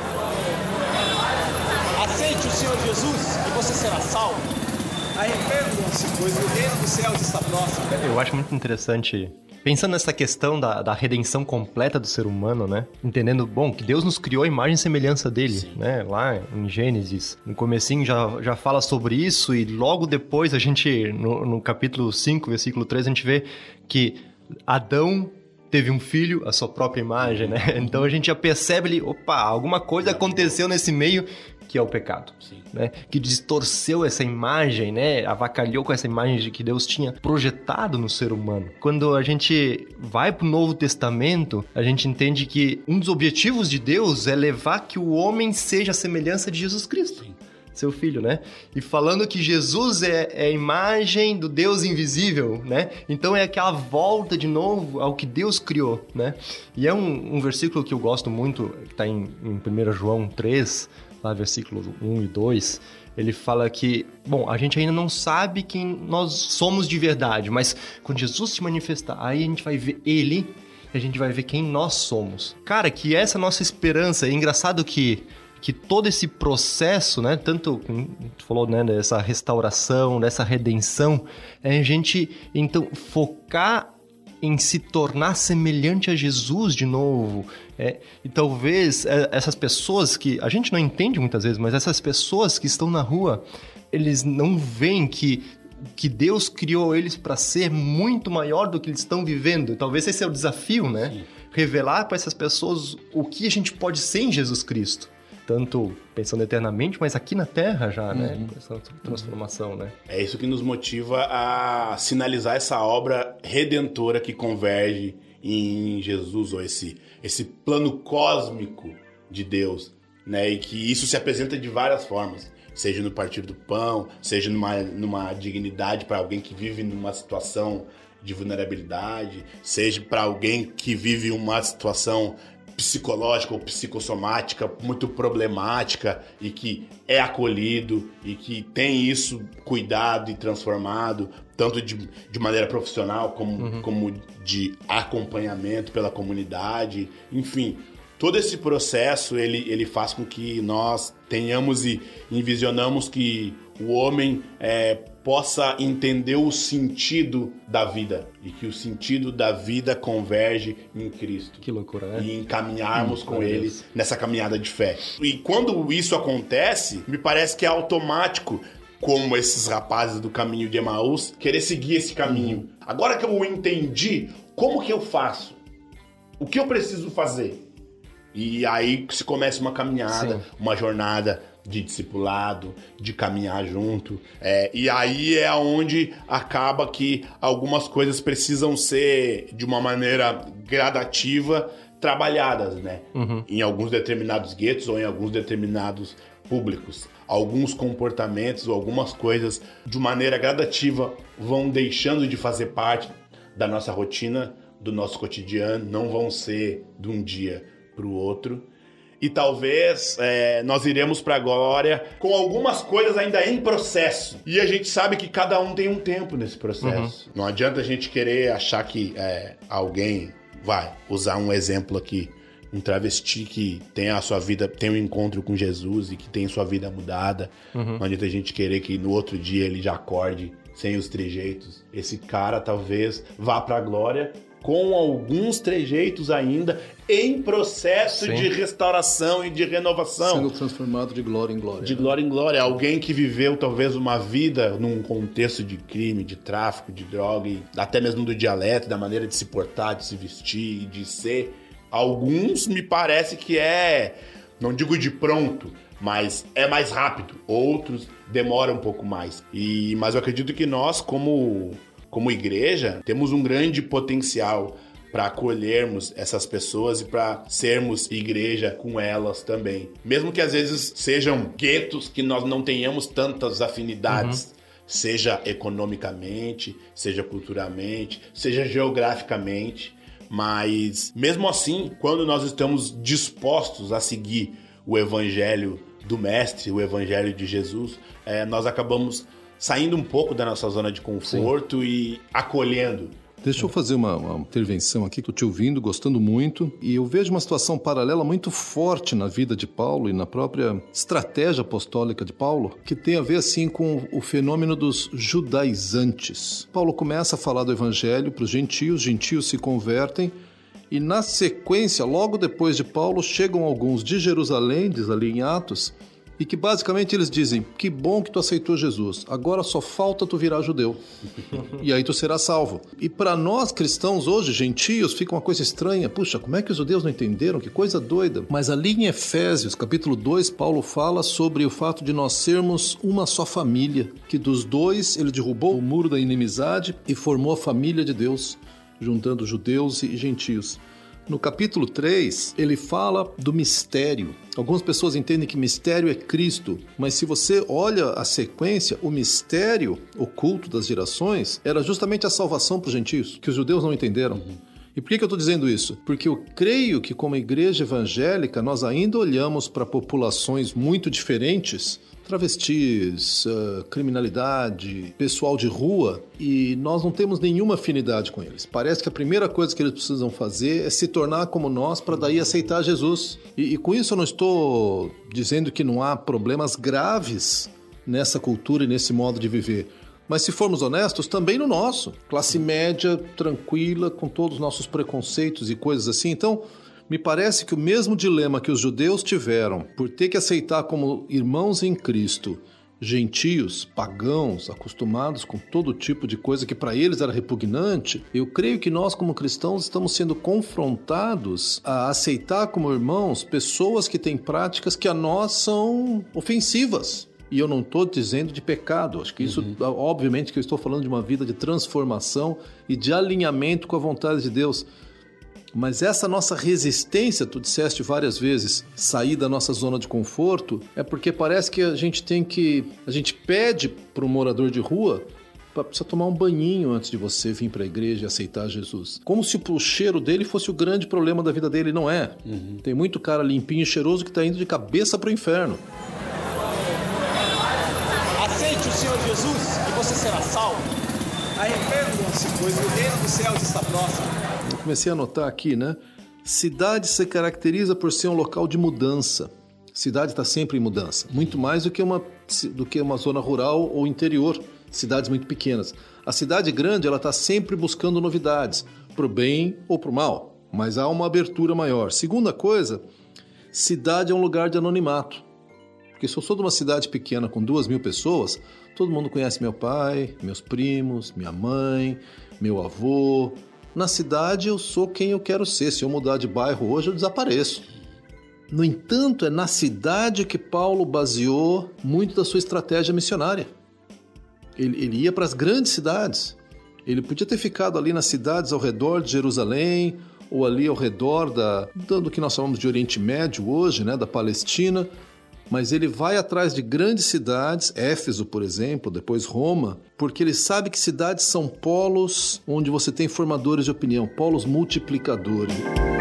Aceite o Senhor Jesus e você será salvo. Arrependam-se, pois o reino dos céus está próximo. Eu acho muito interessante, pensando nessa questão da, da redenção completa do ser humano, né? Entendendo, bom, que Deus nos criou a imagem e semelhança dele, Sim. né? Lá em Gênesis, no comecinho já, já fala sobre isso e logo depois a gente, no, no capítulo cinco, versículo três, a gente vê que Adão teve um filho, a sua própria imagem, né? Então a gente já percebe ali, opa, alguma coisa aconteceu nesse meio que é o pecado, Sim. né? Que distorceu essa imagem, né? Avacalhou com essa imagem de que Deus tinha projetado no ser humano. Quando a gente vai para o Novo Testamento, a gente entende que um dos objetivos de Deus é levar que o homem seja a semelhança de Jesus Cristo. Sim. Seu filho, né? E falando que Jesus é, é a imagem do Deus invisível, né? Então é aquela volta de novo ao que Deus criou, né? E é um, um versículo que eu gosto muito, que está em, em primeiro João três, lá versículo um e dois, ele fala que, bom, a gente ainda não sabe quem nós somos de verdade, mas quando Jesus se manifestar, aí a gente vai ver ele, a gente vai ver quem nós somos. Cara, que essa é a nossa esperança. É engraçado que que todo esse processo, né, tanto, como tu falou, né, dessa restauração, dessa redenção, é a gente, então, focar em se tornar semelhante a Jesus de novo. É, e talvez é, essas pessoas que, a gente não entende muitas vezes, mas essas pessoas que estão na rua, eles não veem que que Deus criou eles para ser muito maior do que eles estão vivendo. Talvez esse é o desafio, né? Sim. Revelar para essas pessoas o que a gente pode ser em Jesus Cristo. Tanto pensando eternamente, mas aqui na Terra já, né? Uhum. Com essa transformação, né? É isso que nos motiva a sinalizar essa obra redentora que converge em Jesus, ou esse, esse plano cósmico de Deus, né? E que isso se apresenta de várias formas, seja no partir do pão, seja numa, numa dignidade para alguém que vive numa situação de vulnerabilidade, seja para alguém que vive uma situação psicológica ou psicossomática muito problemática e que é acolhido e que tem isso cuidado e transformado, tanto de, de maneira profissional como, uhum. como de acompanhamento pela comunidade. Enfim, todo esse processo ele, ele faz com que nós tenhamos e envisionamos que o homem é, possa entender o sentido da vida e que o sentido da vida converge em Cristo. Que loucura, né? E encaminharmos hum, com Ele Deus. nessa caminhada de fé. E quando isso acontece, me parece que é automático, como esses rapazes do caminho de Emaús, querer seguir esse caminho. Hum. Agora que eu entendi, como que eu faço? O que eu preciso fazer? E aí se começa uma caminhada, Sim. uma jornada de discipulado, de caminhar junto. É, e aí é onde acaba que algumas coisas precisam ser, de uma maneira gradativa, trabalhadas, né? Uhum. Em alguns determinados guetos ou em alguns determinados públicos. Alguns comportamentos ou algumas coisas, de maneira gradativa, vão deixando de fazer parte da nossa rotina, do nosso cotidiano, não vão ser de um dia para o outro. E talvez é, nós iremos para a glória com algumas coisas ainda em processo. E a gente sabe que cada um tem um tempo nesse processo. Uhum. Não adianta a gente querer achar que é, alguém vai usar um exemplo aqui, um travesti que tem a sua vida, tem um encontro com Jesus e que tem sua vida mudada. Uhum. Não adianta a gente querer que no outro dia ele já acorde sem os trejeitos. Esse cara talvez vá para a glória com alguns trejeitos ainda em processo Sim. de restauração e de renovação. Sendo transformado de glória em glória. De glória em glória. Alguém que viveu talvez uma vida num contexto de crime, de tráfico, de droga, e até mesmo do dialeto, da maneira de se portar, de se vestir, de ser. Alguns me parece que é, não digo de pronto, mas é mais rápido. Outros demoram um pouco mais. E, mas eu acredito que nós, como... Como igreja, temos um grande potencial para acolhermos essas pessoas e para sermos igreja com elas também. Mesmo que às vezes sejam guetos que nós não tenhamos tantas afinidades, uhum. seja economicamente, seja culturalmente, seja geograficamente, mas mesmo assim, quando nós estamos dispostos a seguir o evangelho do Mestre, o evangelho de Jesus, é, nós acabamos saindo um pouco da nossa zona de conforto Sim. e acolhendo. Deixa eu fazer uma, uma intervenção aqui, estou te ouvindo, gostando muito, e eu vejo uma situação paralela muito forte na vida de Paulo e na própria estratégia apostólica de Paulo, que tem a ver assim com o fenômeno dos judaizantes. Paulo começa a falar do evangelho para os gentios, os gentios se convertem, e na sequência, logo depois de Paulo, chegam alguns de Jerusalém, diz ali em Atos, e que basicamente eles dizem, que bom que tu aceitou Jesus, agora só falta tu virar judeu, e aí tu serás salvo. E para nós cristãos hoje, gentios, fica uma coisa estranha, puxa, como é que os judeus não entenderam? Que coisa doida. Mas ali em Efésios, capítulo dois, Paulo fala sobre o fato de nós sermos uma só família, que dos dois ele derrubou o muro da inimizade e formou a família de Deus, juntando judeus e gentios. No capítulo três, ele fala do mistério. Algumas pessoas entendem que mistério é Cristo, mas se você olha a sequência, o mistério oculto das gerações era justamente a salvação para os gentios, que os judeus não entenderam. Uhum. E por que que eu estou dizendo isso? Porque eu creio que como igreja evangélica nós ainda olhamos para populações muito diferentes, travestis, uh, criminalidade, pessoal de rua, e nós não temos nenhuma afinidade com eles. Parece que a primeira coisa que eles precisam fazer é se tornar como nós para daí aceitar Jesus. E, e com isso eu não estou dizendo que não há problemas graves nessa cultura e nesse modo de viver. Mas se formos honestos, também no nosso. Classe média, tranquila, com todos os nossos preconceitos e coisas assim. Então, me parece que o mesmo dilema que os judeus tiveram por ter que aceitar como irmãos em Cristo gentios, pagãos, acostumados com todo tipo de coisa que para eles era repugnante, eu creio que nós como cristãos estamos sendo confrontados a aceitar como irmãos pessoas que têm práticas que a nós são ofensivas. E eu não estou dizendo de pecado, acho que isso, uhum. obviamente que eu estou falando de uma vida de transformação e de alinhamento com a vontade de Deus. Mas essa nossa resistência, tu disseste várias vezes, sair da nossa zona de conforto, é porque parece que a gente tem que... A gente pede para o morador de rua para precisar tomar um banhinho antes de você vir para a igreja e aceitar Jesus. Como se o cheiro dele fosse o grande problema da vida dele, não é. Uhum. Tem muito cara limpinho e cheiroso que está indo de cabeça para o inferno. Aceite o Senhor Jesus e você será salvo. Arrependam-se, pois o reino dos céus está próximo. Eu comecei a notar aqui, né? Cidade se caracteriza por ser um local de mudança. Cidade está sempre em mudança. Muito mais do que uma, do que uma zona rural ou interior. Cidades muito pequenas. A cidade grande, ela está sempre buscando novidades, pro bem ou pro mal. Mas há uma abertura maior. Segunda coisa, cidade é um lugar de anonimato. Porque se eu sou de uma cidade pequena com duas mil pessoas, todo mundo conhece meu pai, meus primos, minha mãe, meu avô. Na cidade eu sou quem eu quero ser. Se eu mudar de bairro hoje, eu desapareço. No entanto, é na cidade que Paulo baseou muito da sua estratégia missionária. Ele, ele ia para as grandes cidades. Ele podia ter ficado ali nas cidades ao redor de Jerusalém, ou ali ao redor da, do que nós chamamos de Oriente Médio hoje, né, da Palestina. Mas ele vai atrás de grandes cidades, Éfeso, por exemplo, depois Roma, porque ele sabe que cidades são polos onde você tem formadores de opinião, polos multiplicadores.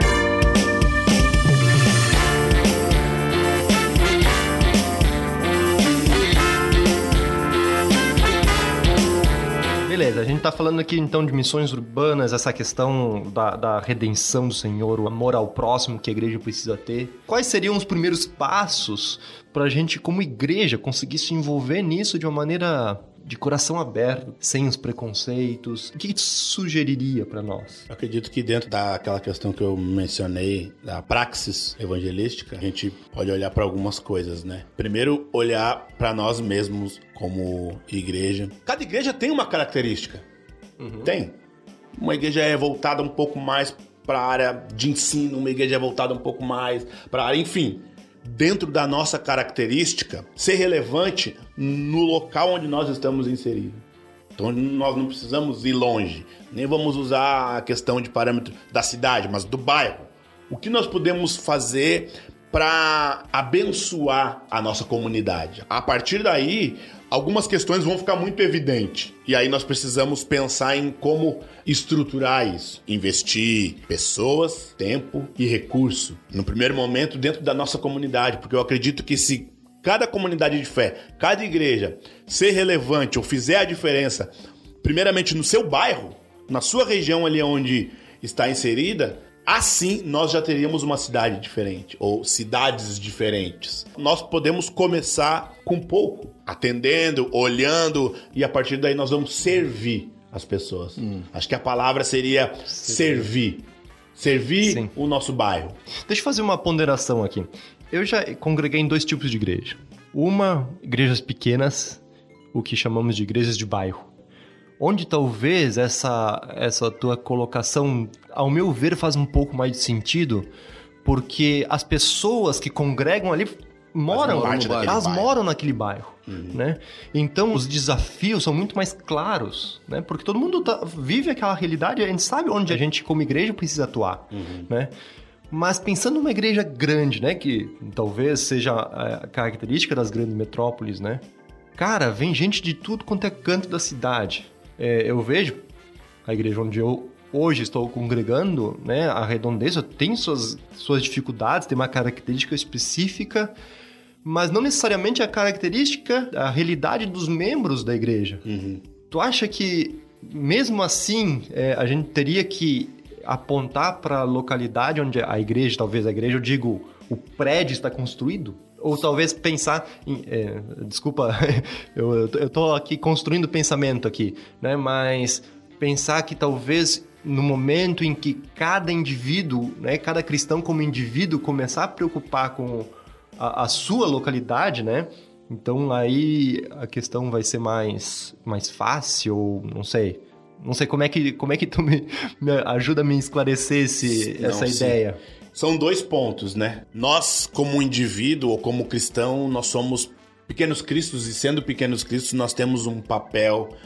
Beleza, a gente tá falando aqui então de missões urbanas, essa questão da, da redenção do Senhor, o amor ao próximo que a igreja precisa ter. Quais seriam os primeiros passos pra gente, como igreja, conseguir se envolver nisso de uma maneira de coração aberto, sem os preconceitos? O que tu sugeriria para nós? Eu acredito que dentro daquela questão que eu mencionei, da praxis evangelística, a gente pode olhar para algumas coisas, né? Primeiro, olhar para nós mesmos como igreja. Cada igreja tem uma característica. Uhum. Tem. Uma igreja é voltada um pouco mais para a área de ensino, uma igreja é voltada um pouco mais para a área, enfim... dentro da nossa característica, ser relevante no local onde nós estamos inseridos. Então nós não precisamos ir longe, nem vamos usar a questão de parâmetro da cidade, mas do bairro. O que nós podemos fazer para abençoar a nossa comunidade? A partir daí, algumas questões vão ficar muito evidentes. E aí nós precisamos pensar em como estruturar isso. Investir pessoas, tempo e recurso. No primeiro momento, dentro da nossa comunidade. Porque eu acredito que se cada comunidade de fé, cada igreja ser relevante ou fizer a diferença, primeiramente no seu bairro, na sua região ali onde está inserida, assim nós já teríamos uma cidade diferente, ou cidades diferentes. Nós podemos começar com pouco, atendendo, olhando, e a partir daí nós vamos servir as pessoas. Hum. Acho que a palavra seria servir. Servir Sim. o nosso bairro. Deixa eu fazer uma ponderação aqui. Eu já congreguei em dois tipos de igreja. Uma, igrejas pequenas, o que chamamos de igrejas de bairro. Onde talvez essa, essa tua colocação, ao meu ver, faz um pouco mais de sentido, porque as pessoas que congregam ali moram, elas bairro. moram naquele bairro, uhum. né? Então os desafios são muito mais claros, né? Porque todo mundo tá, vive aquela realidade, a gente sabe onde a gente como igreja precisa atuar, uhum. né? Mas pensando numa igreja grande, né? Que talvez seja a característica das grandes metrópoles, né? Cara, vem gente de tudo quanto é canto da cidade. É, eu vejo a igreja onde eu hoje estou congregando, né? A Redondeza tem suas, suas dificuldades, tem uma característica específica, mas não necessariamente a característica, a realidade dos membros da igreja. Uhum. Tu acha que, mesmo assim, é, a gente teria que apontar para a localidade onde a igreja, talvez a igreja, eu digo, o prédio está construído? Ou talvez pensar em... É, desculpa, eu, eu tô aqui construindo pensamento aqui, né? Mas pensar que talvez no momento em que cada indivíduo, né? Cada cristão como indivíduo começar a preocupar com a, a sua localidade, né? Então aí a questão vai ser mais, mais fácil, ou não sei... Não sei como é que, como é que tu me, me ajuda a me esclarecer esse, não, essa sim. ideia. São dois pontos, né? Nós, como indivíduo ou como cristão, nós somos pequenos cristos, e sendo pequenos cristos, nós temos um papel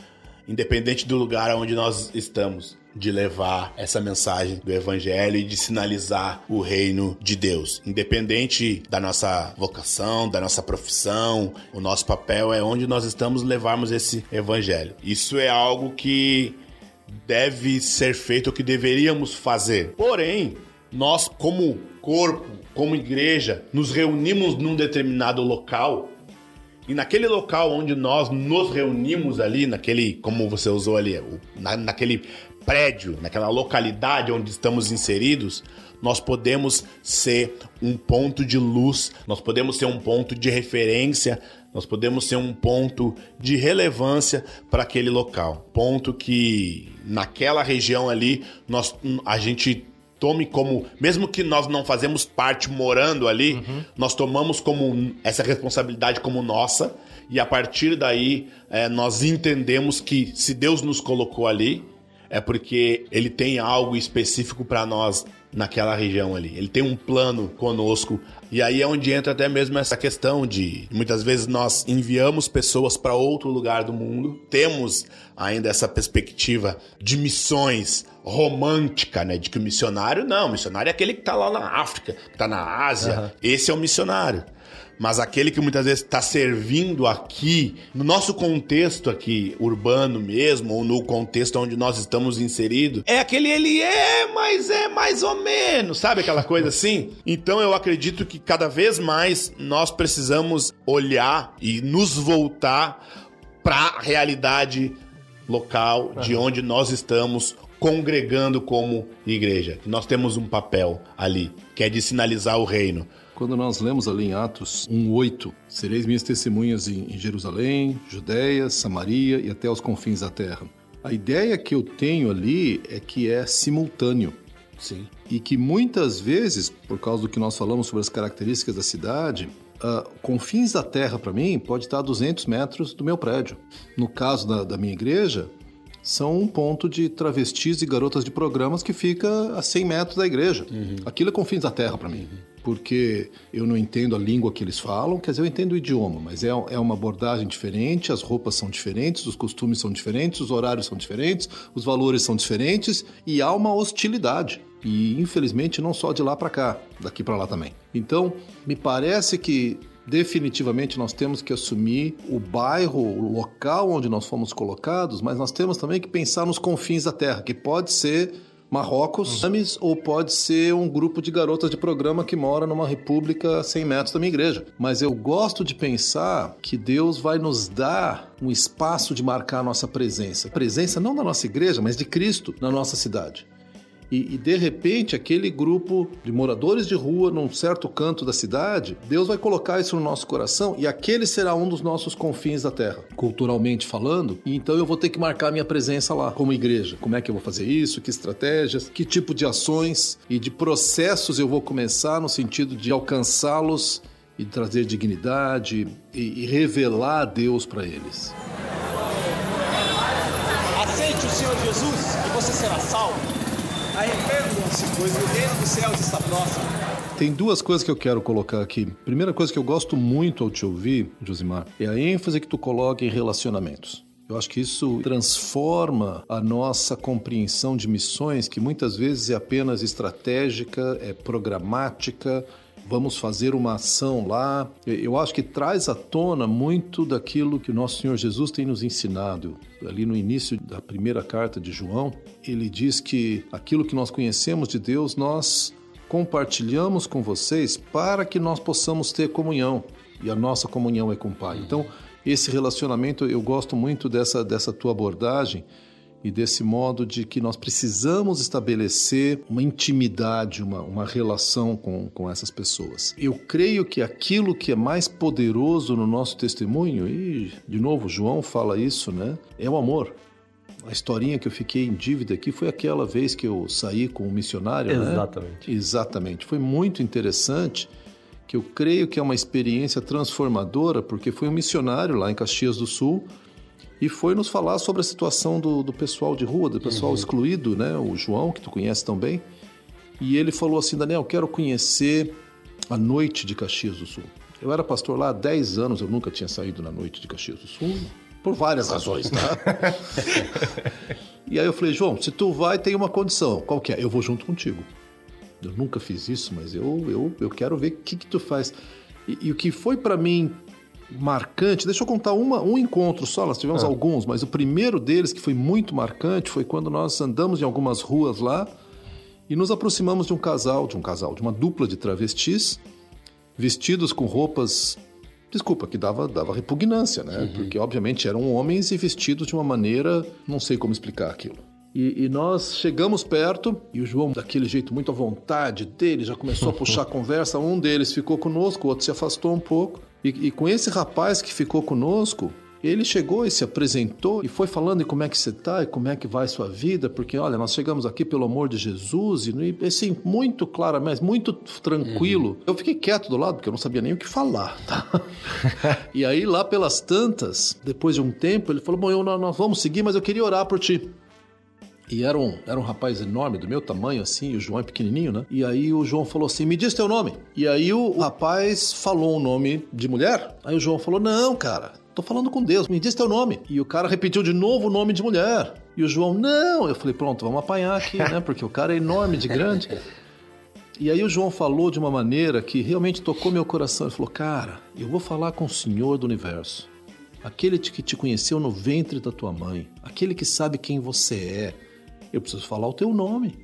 independente do lugar onde nós estamos, de levar essa mensagem do evangelho e de sinalizar o reino de Deus. Independente da nossa vocação, da nossa profissão, o nosso papel é onde nós estamos levarmos esse evangelho. Isso é algo que deve ser feito, o que deveríamos fazer. Porém, nós como corpo, como igreja, nos reunimos num determinado local. E naquele local onde nós nos reunimos ali, naquele, como você usou ali, na, naquele prédio, naquela localidade onde estamos inseridos, nós podemos ser um ponto de luz, nós podemos ser um ponto de referência, nós podemos ser um ponto de relevância para aquele local. Ponto que naquela região ali, nós, a gente tome como, mesmo que nós não fazemos parte morando ali, uhum. nós tomamos como essa responsabilidade como nossa, e a partir daí é, nós entendemos que se Deus nos colocou ali, é porque Ele tem algo específico para nós naquela região ali. Ele tem um plano conosco. E aí é onde entra até mesmo essa questão de... Muitas vezes nós enviamos pessoas para outro lugar do mundo. Temos ainda essa perspectiva de missões romântica, né? De que o missionário... Não, o missionário é aquele que está lá na África, que está na Ásia. Uhum. Esse é o missionário. Mas aquele que muitas vezes está servindo aqui, no nosso contexto aqui, urbano mesmo, ou no contexto onde nós estamos inseridos, é aquele ele é, mas é mais ou menos, sabe aquela coisa assim? Então eu acredito que cada vez mais nós precisamos olhar e nos voltar para a realidade local de onde nós estamos congregando como igreja. Nós temos um papel ali, que é de sinalizar o reino. Quando nós lemos ali em Atos um, oito, sereis minhas testemunhas em Jerusalém, Judéia, Samaria e até os confins da terra. A ideia que eu tenho ali é que é simultâneo. Sim. E que muitas vezes, por causa do que nós falamos sobre as características da cidade, uh, confins da terra para mim pode estar a duzentos metros do meu prédio. No caso da, da minha igreja, são um ponto de travestis e garotas de programas que fica a cem metros da igreja. Uhum. Aquilo é confins da terra para mim. Uhum. Porque eu não entendo a língua que eles falam, quer dizer, eu entendo o idioma, mas é, é uma abordagem diferente, as roupas são diferentes, os costumes são diferentes, os horários são diferentes, os valores são diferentes e há uma hostilidade. E, infelizmente, não só de lá para cá, daqui para lá também. Então, me parece que definitivamente nós temos que assumir o bairro, o local onde nós fomos colocados, mas nós temos também que pensar nos confins da terra, que pode ser Marrocos, uhum. ou pode ser um grupo de garotas de programa que mora numa república a cem metros da minha igreja. Mas eu gosto de pensar que Deus vai nos dar um espaço de marcar a nossa presença. Presença não da nossa igreja, mas de Cristo na nossa cidade. E, e, de repente, aquele grupo de moradores de rua num certo canto da cidade, Deus vai colocar isso no nosso coração e aquele será um dos nossos confins da terra, culturalmente falando. E então eu vou ter que marcar minha presença lá, como igreja. Como é que eu vou fazer isso? Que estratégias? Que tipo de ações e de processos eu vou começar no sentido de alcançá-los e trazer dignidade e, e revelar a Deus para eles. Aceite o Senhor Jesus e você será salvo. Arrependam-se, pois o reino dos céus está próximo. Tem duas coisas que eu quero colocar aqui. Primeira coisa que eu gosto muito ao te ouvir, Josimar, é a ênfase que tu coloca em relacionamentos. Eu acho que isso transforma a nossa compreensão de missões, que muitas vezes é apenas estratégica, é programática, vamos fazer uma ação lá. Eu acho que traz à tona muito daquilo que o nosso Senhor Jesus tem nos ensinado. Ali no início da primeira carta de João, ele diz que aquilo que nós conhecemos de Deus, nós compartilhamos com vocês para que nós possamos ter comunhão. E a nossa comunhão é com o Pai. Então, esse relacionamento, eu gosto muito dessa, dessa tua abordagem e desse modo de que nós precisamos estabelecer uma intimidade, uma, uma relação com, com essas pessoas. Eu creio que aquilo que é mais poderoso no nosso testemunho, e de novo João fala isso, né? É o amor. A historinha que eu fiquei em dívida aqui foi aquela vez que eu saí com um missionário, Exatamente. né? Exatamente. Foi muito interessante, que eu creio que é uma experiência transformadora, porque foi um missionário lá em Caxias do Sul, e foi nos falar sobre a situação do, do pessoal de rua, do pessoal uhum. excluído, né? O João, que tu conhece tão bem. E ele falou assim, Daniel, eu quero conhecer a noite de Caxias do Sul. Eu era pastor lá há dez anos, eu nunca tinha saído na noite de Caxias do Sul. por várias razões, tá? E aí eu falei, João, se tu vai, tem uma condição. Qual que é? Eu vou junto contigo. Eu nunca fiz isso, mas eu, eu, eu quero ver o que, que tu faz. E, e o que foi para mim marcante, deixa eu contar uma, um encontro só, nós tivemos ah. alguns, mas o primeiro deles que foi muito marcante foi quando nós andamos em algumas ruas lá e nos aproximamos de um casal, de um casal, de uma dupla de travestis, vestidos com roupas, desculpa, que dava, dava repugnância, né? Uhum. Porque obviamente eram homens e vestidos de uma maneira, não sei como explicar aquilo. E, e nós chegamos perto e o João, daquele jeito muito à vontade dele, já começou a puxar a conversa. Um deles ficou conosco, o outro se afastou um pouco. E, e com esse rapaz que ficou conosco, ele chegou e se apresentou e foi falando e como é que você está e como é que vai a sua vida, porque olha, nós chegamos aqui pelo amor de Jesus e assim, muito claramente, muito tranquilo. Uhum. Eu fiquei quieto do lado porque eu não sabia nem o que falar, tá? E aí lá pelas tantas, depois de um tempo, ele falou, bom, eu, nós vamos seguir, mas eu queria orar por ti. E era um, era um rapaz enorme, do meu tamanho, assim, e o João é pequenininho, né? E aí o João falou assim, me diz teu nome. E aí o, o rapaz falou um nome de mulher. Aí o João falou, não, cara, tô falando com Deus, me diz teu nome. E o cara repetiu de novo o nome de mulher. E o João, não. Eu falei, pronto, vamos apanhar aqui, né? Porque o cara é enorme, de grande. E aí o João falou de uma maneira que realmente tocou meu coração. Ele falou, cara, eu vou falar com o Senhor do Universo. Aquele que te conheceu no ventre da tua mãe. Aquele que sabe quem você é. Eu preciso falar o teu nome.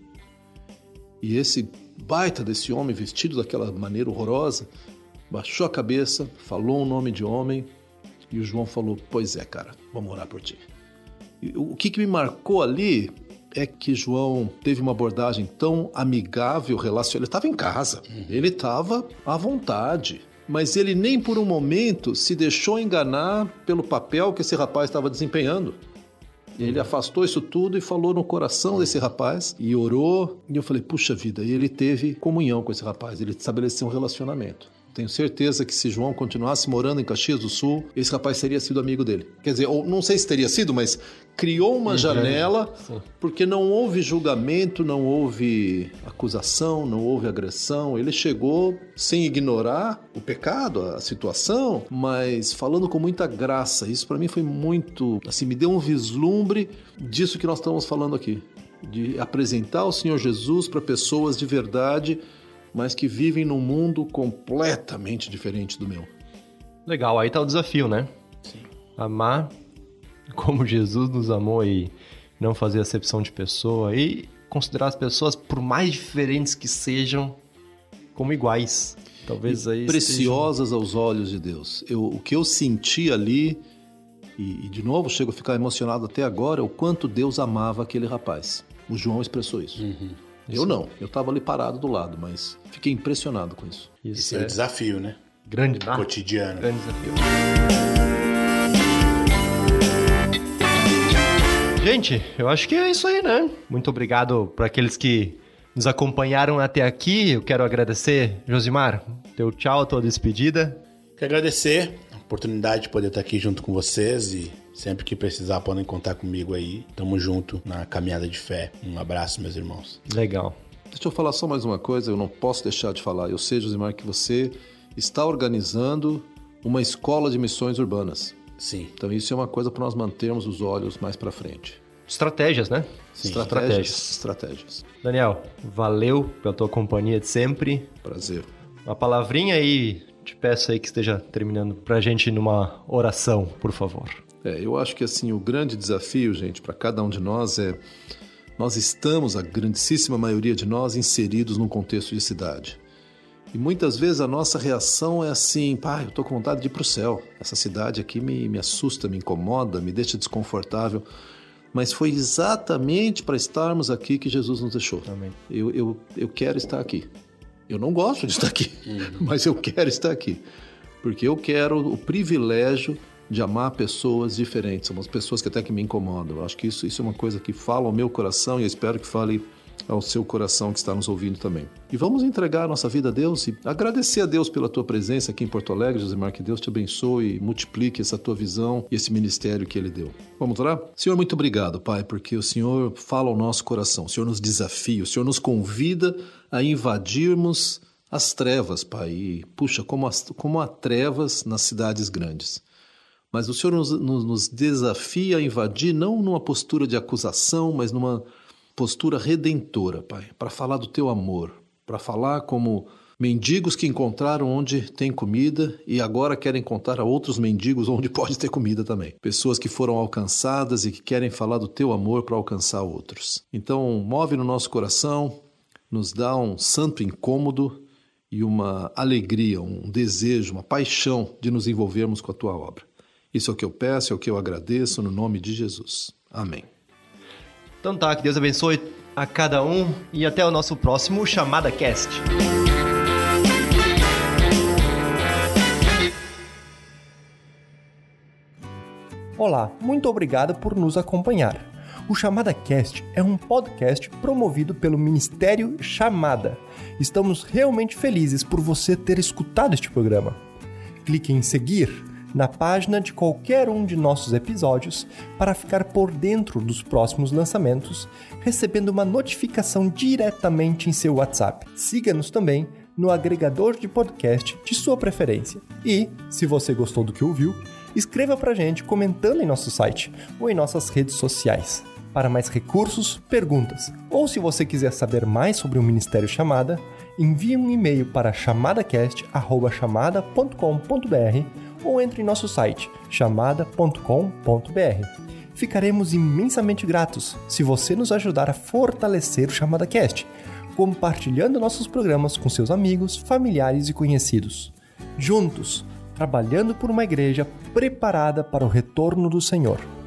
E esse baita desse homem, vestido daquela maneira horrorosa, baixou a cabeça, falou um nome de homem, e o João falou, pois é, cara, vamos orar por ti. E o que, que me marcou ali é que João teve uma abordagem tão amigável, relacionada. Ele estava em casa, ele estava à vontade, mas ele nem por um momento se deixou enganar pelo papel que esse rapaz estava desempenhando. Ele afastou isso tudo e falou no coração desse rapaz e orou. E eu falei, puxa vida, e ele teve comunhão com esse rapaz, ele estabeleceu um relacionamento. Tenho certeza que se João continuasse morando em Caxias do Sul, esse rapaz teria sido amigo dele. Quer dizer, ou não sei se teria sido, mas criou uma uhum. janela, Sim. porque não houve julgamento, não houve acusação, não houve agressão. Ele chegou sem ignorar o pecado, a situação, mas falando com muita graça. Isso para mim foi muito, assim, me deu um vislumbre disso que nós estamos falando aqui. De apresentar o Senhor Jesus para pessoas de verdade, mas que vivem num mundo completamente diferente do meu. Legal, aí tá o desafio, né? Sim. Amar como Jesus nos amou e não fazer acepção de pessoa e considerar as pessoas, por mais diferentes que sejam, como iguais. Talvez aí preciosas estejam... aos olhos de Deus. Eu, o que eu senti ali, e, e de novo chego a ficar emocionado até agora, é o quanto Deus amava aquele rapaz. O João expressou isso. Uhum. Eu não, eu estava ali parado do lado, mas fiquei impressionado com isso. Isso Esse é o desafio, né? Grande, ah, cotidiano. Grande desafio. Gente, eu acho que é isso aí, né? Muito obrigado para aqueles que nos acompanharam até aqui. Eu quero agradecer, Josimar, teu tchau, tua despedida. Quero agradecer a oportunidade de poder estar aqui junto com vocês e sempre que precisar podem contar comigo aí. Tamo junto na caminhada de fé. Um abraço, meus irmãos. Legal. Deixa eu falar só mais uma coisa, eu não posso deixar de falar. Eu sei, Josimar, que você está organizando uma escola de missões urbanas. Sim. Então isso é uma coisa para nós mantermos os olhos mais para frente. Estratégias, né? Sim. Estratégias. Estratégias. Daniel, valeu pela tua companhia de sempre. Prazer. Uma palavrinha aí, te peço aí que esteja terminando pra gente numa oração, por favor. É, eu acho que assim, o grande desafio, gente, para cada um de nós é... Nós estamos, a grandíssima maioria de nós, inseridos num contexto de cidade. E muitas vezes a nossa reação é assim, pá, eu tô com vontade de ir pro céu. Essa cidade aqui me, me assusta, me incomoda, me deixa desconfortável. Mas foi exatamente para estarmos aqui que Jesus nos deixou. Amém. Eu, eu, eu quero estar aqui. Eu não gosto de estar aqui, uhum. mas eu quero estar aqui. Porque eu quero o privilégio de amar pessoas diferentes. São as pessoas que até que me incomodam. Eu acho que isso, isso é uma coisa que fala ao meu coração e eu espero que fale ao seu coração que está nos ouvindo também. E vamos entregar a nossa vida a Deus e agradecer a Deus pela tua presença aqui em Porto Alegre, Josimar, que Deus te abençoe e multiplique essa tua visão e esse ministério que Ele deu. Vamos orar? Senhor, muito obrigado, Pai, porque o Senhor fala ao nosso coração, o Senhor nos desafia, o Senhor nos convida a invadirmos as trevas, Pai. E, puxa, como, as, como há trevas nas cidades grandes. Mas o Senhor nos, nos, nos desafia a invadir não numa postura de acusação, mas numa postura redentora, Pai, para falar do Teu amor, para falar como mendigos que encontraram onde tem comida e agora querem contar a outros mendigos onde pode ter comida também. Pessoas que foram alcançadas e que querem falar do Teu amor para alcançar outros. Então, move no nosso coração, nos dá um santo incômodo e uma alegria, um desejo, uma paixão de nos envolvermos com a Tua obra. Isso é o que eu peço, é o que eu agradeço no nome de Jesus. Amém. Então tá, que Deus abençoe a cada um e até o nosso próximo Chamada Cast. Olá, muito obrigado por nos acompanhar. O Chamada Cast é um podcast promovido pelo Ministério Chamada. Estamos realmente felizes por você ter escutado este programa. Clique em seguir na página de qualquer um de nossos episódios para ficar por dentro dos próximos lançamentos, recebendo uma notificação diretamente em seu WhatsApp. Siga-nos também no agregador de podcast de sua preferência. E, se você gostou do que ouviu, escreva pra gente comentando em nosso site ou em nossas redes sociais. Para mais recursos, perguntas, ou se você quiser saber mais sobre o Ministério Chamada, envie um e-mail para chamadacast arroba chamada ponto com ponto b r ou entre em nosso site chamada ponto com ponto b r. Ficaremos imensamente gratos se você nos ajudar a fortalecer o ChamadaCast, compartilhando nossos programas com seus amigos, familiares e conhecidos. Juntos, trabalhando por uma igreja preparada para o retorno do Senhor.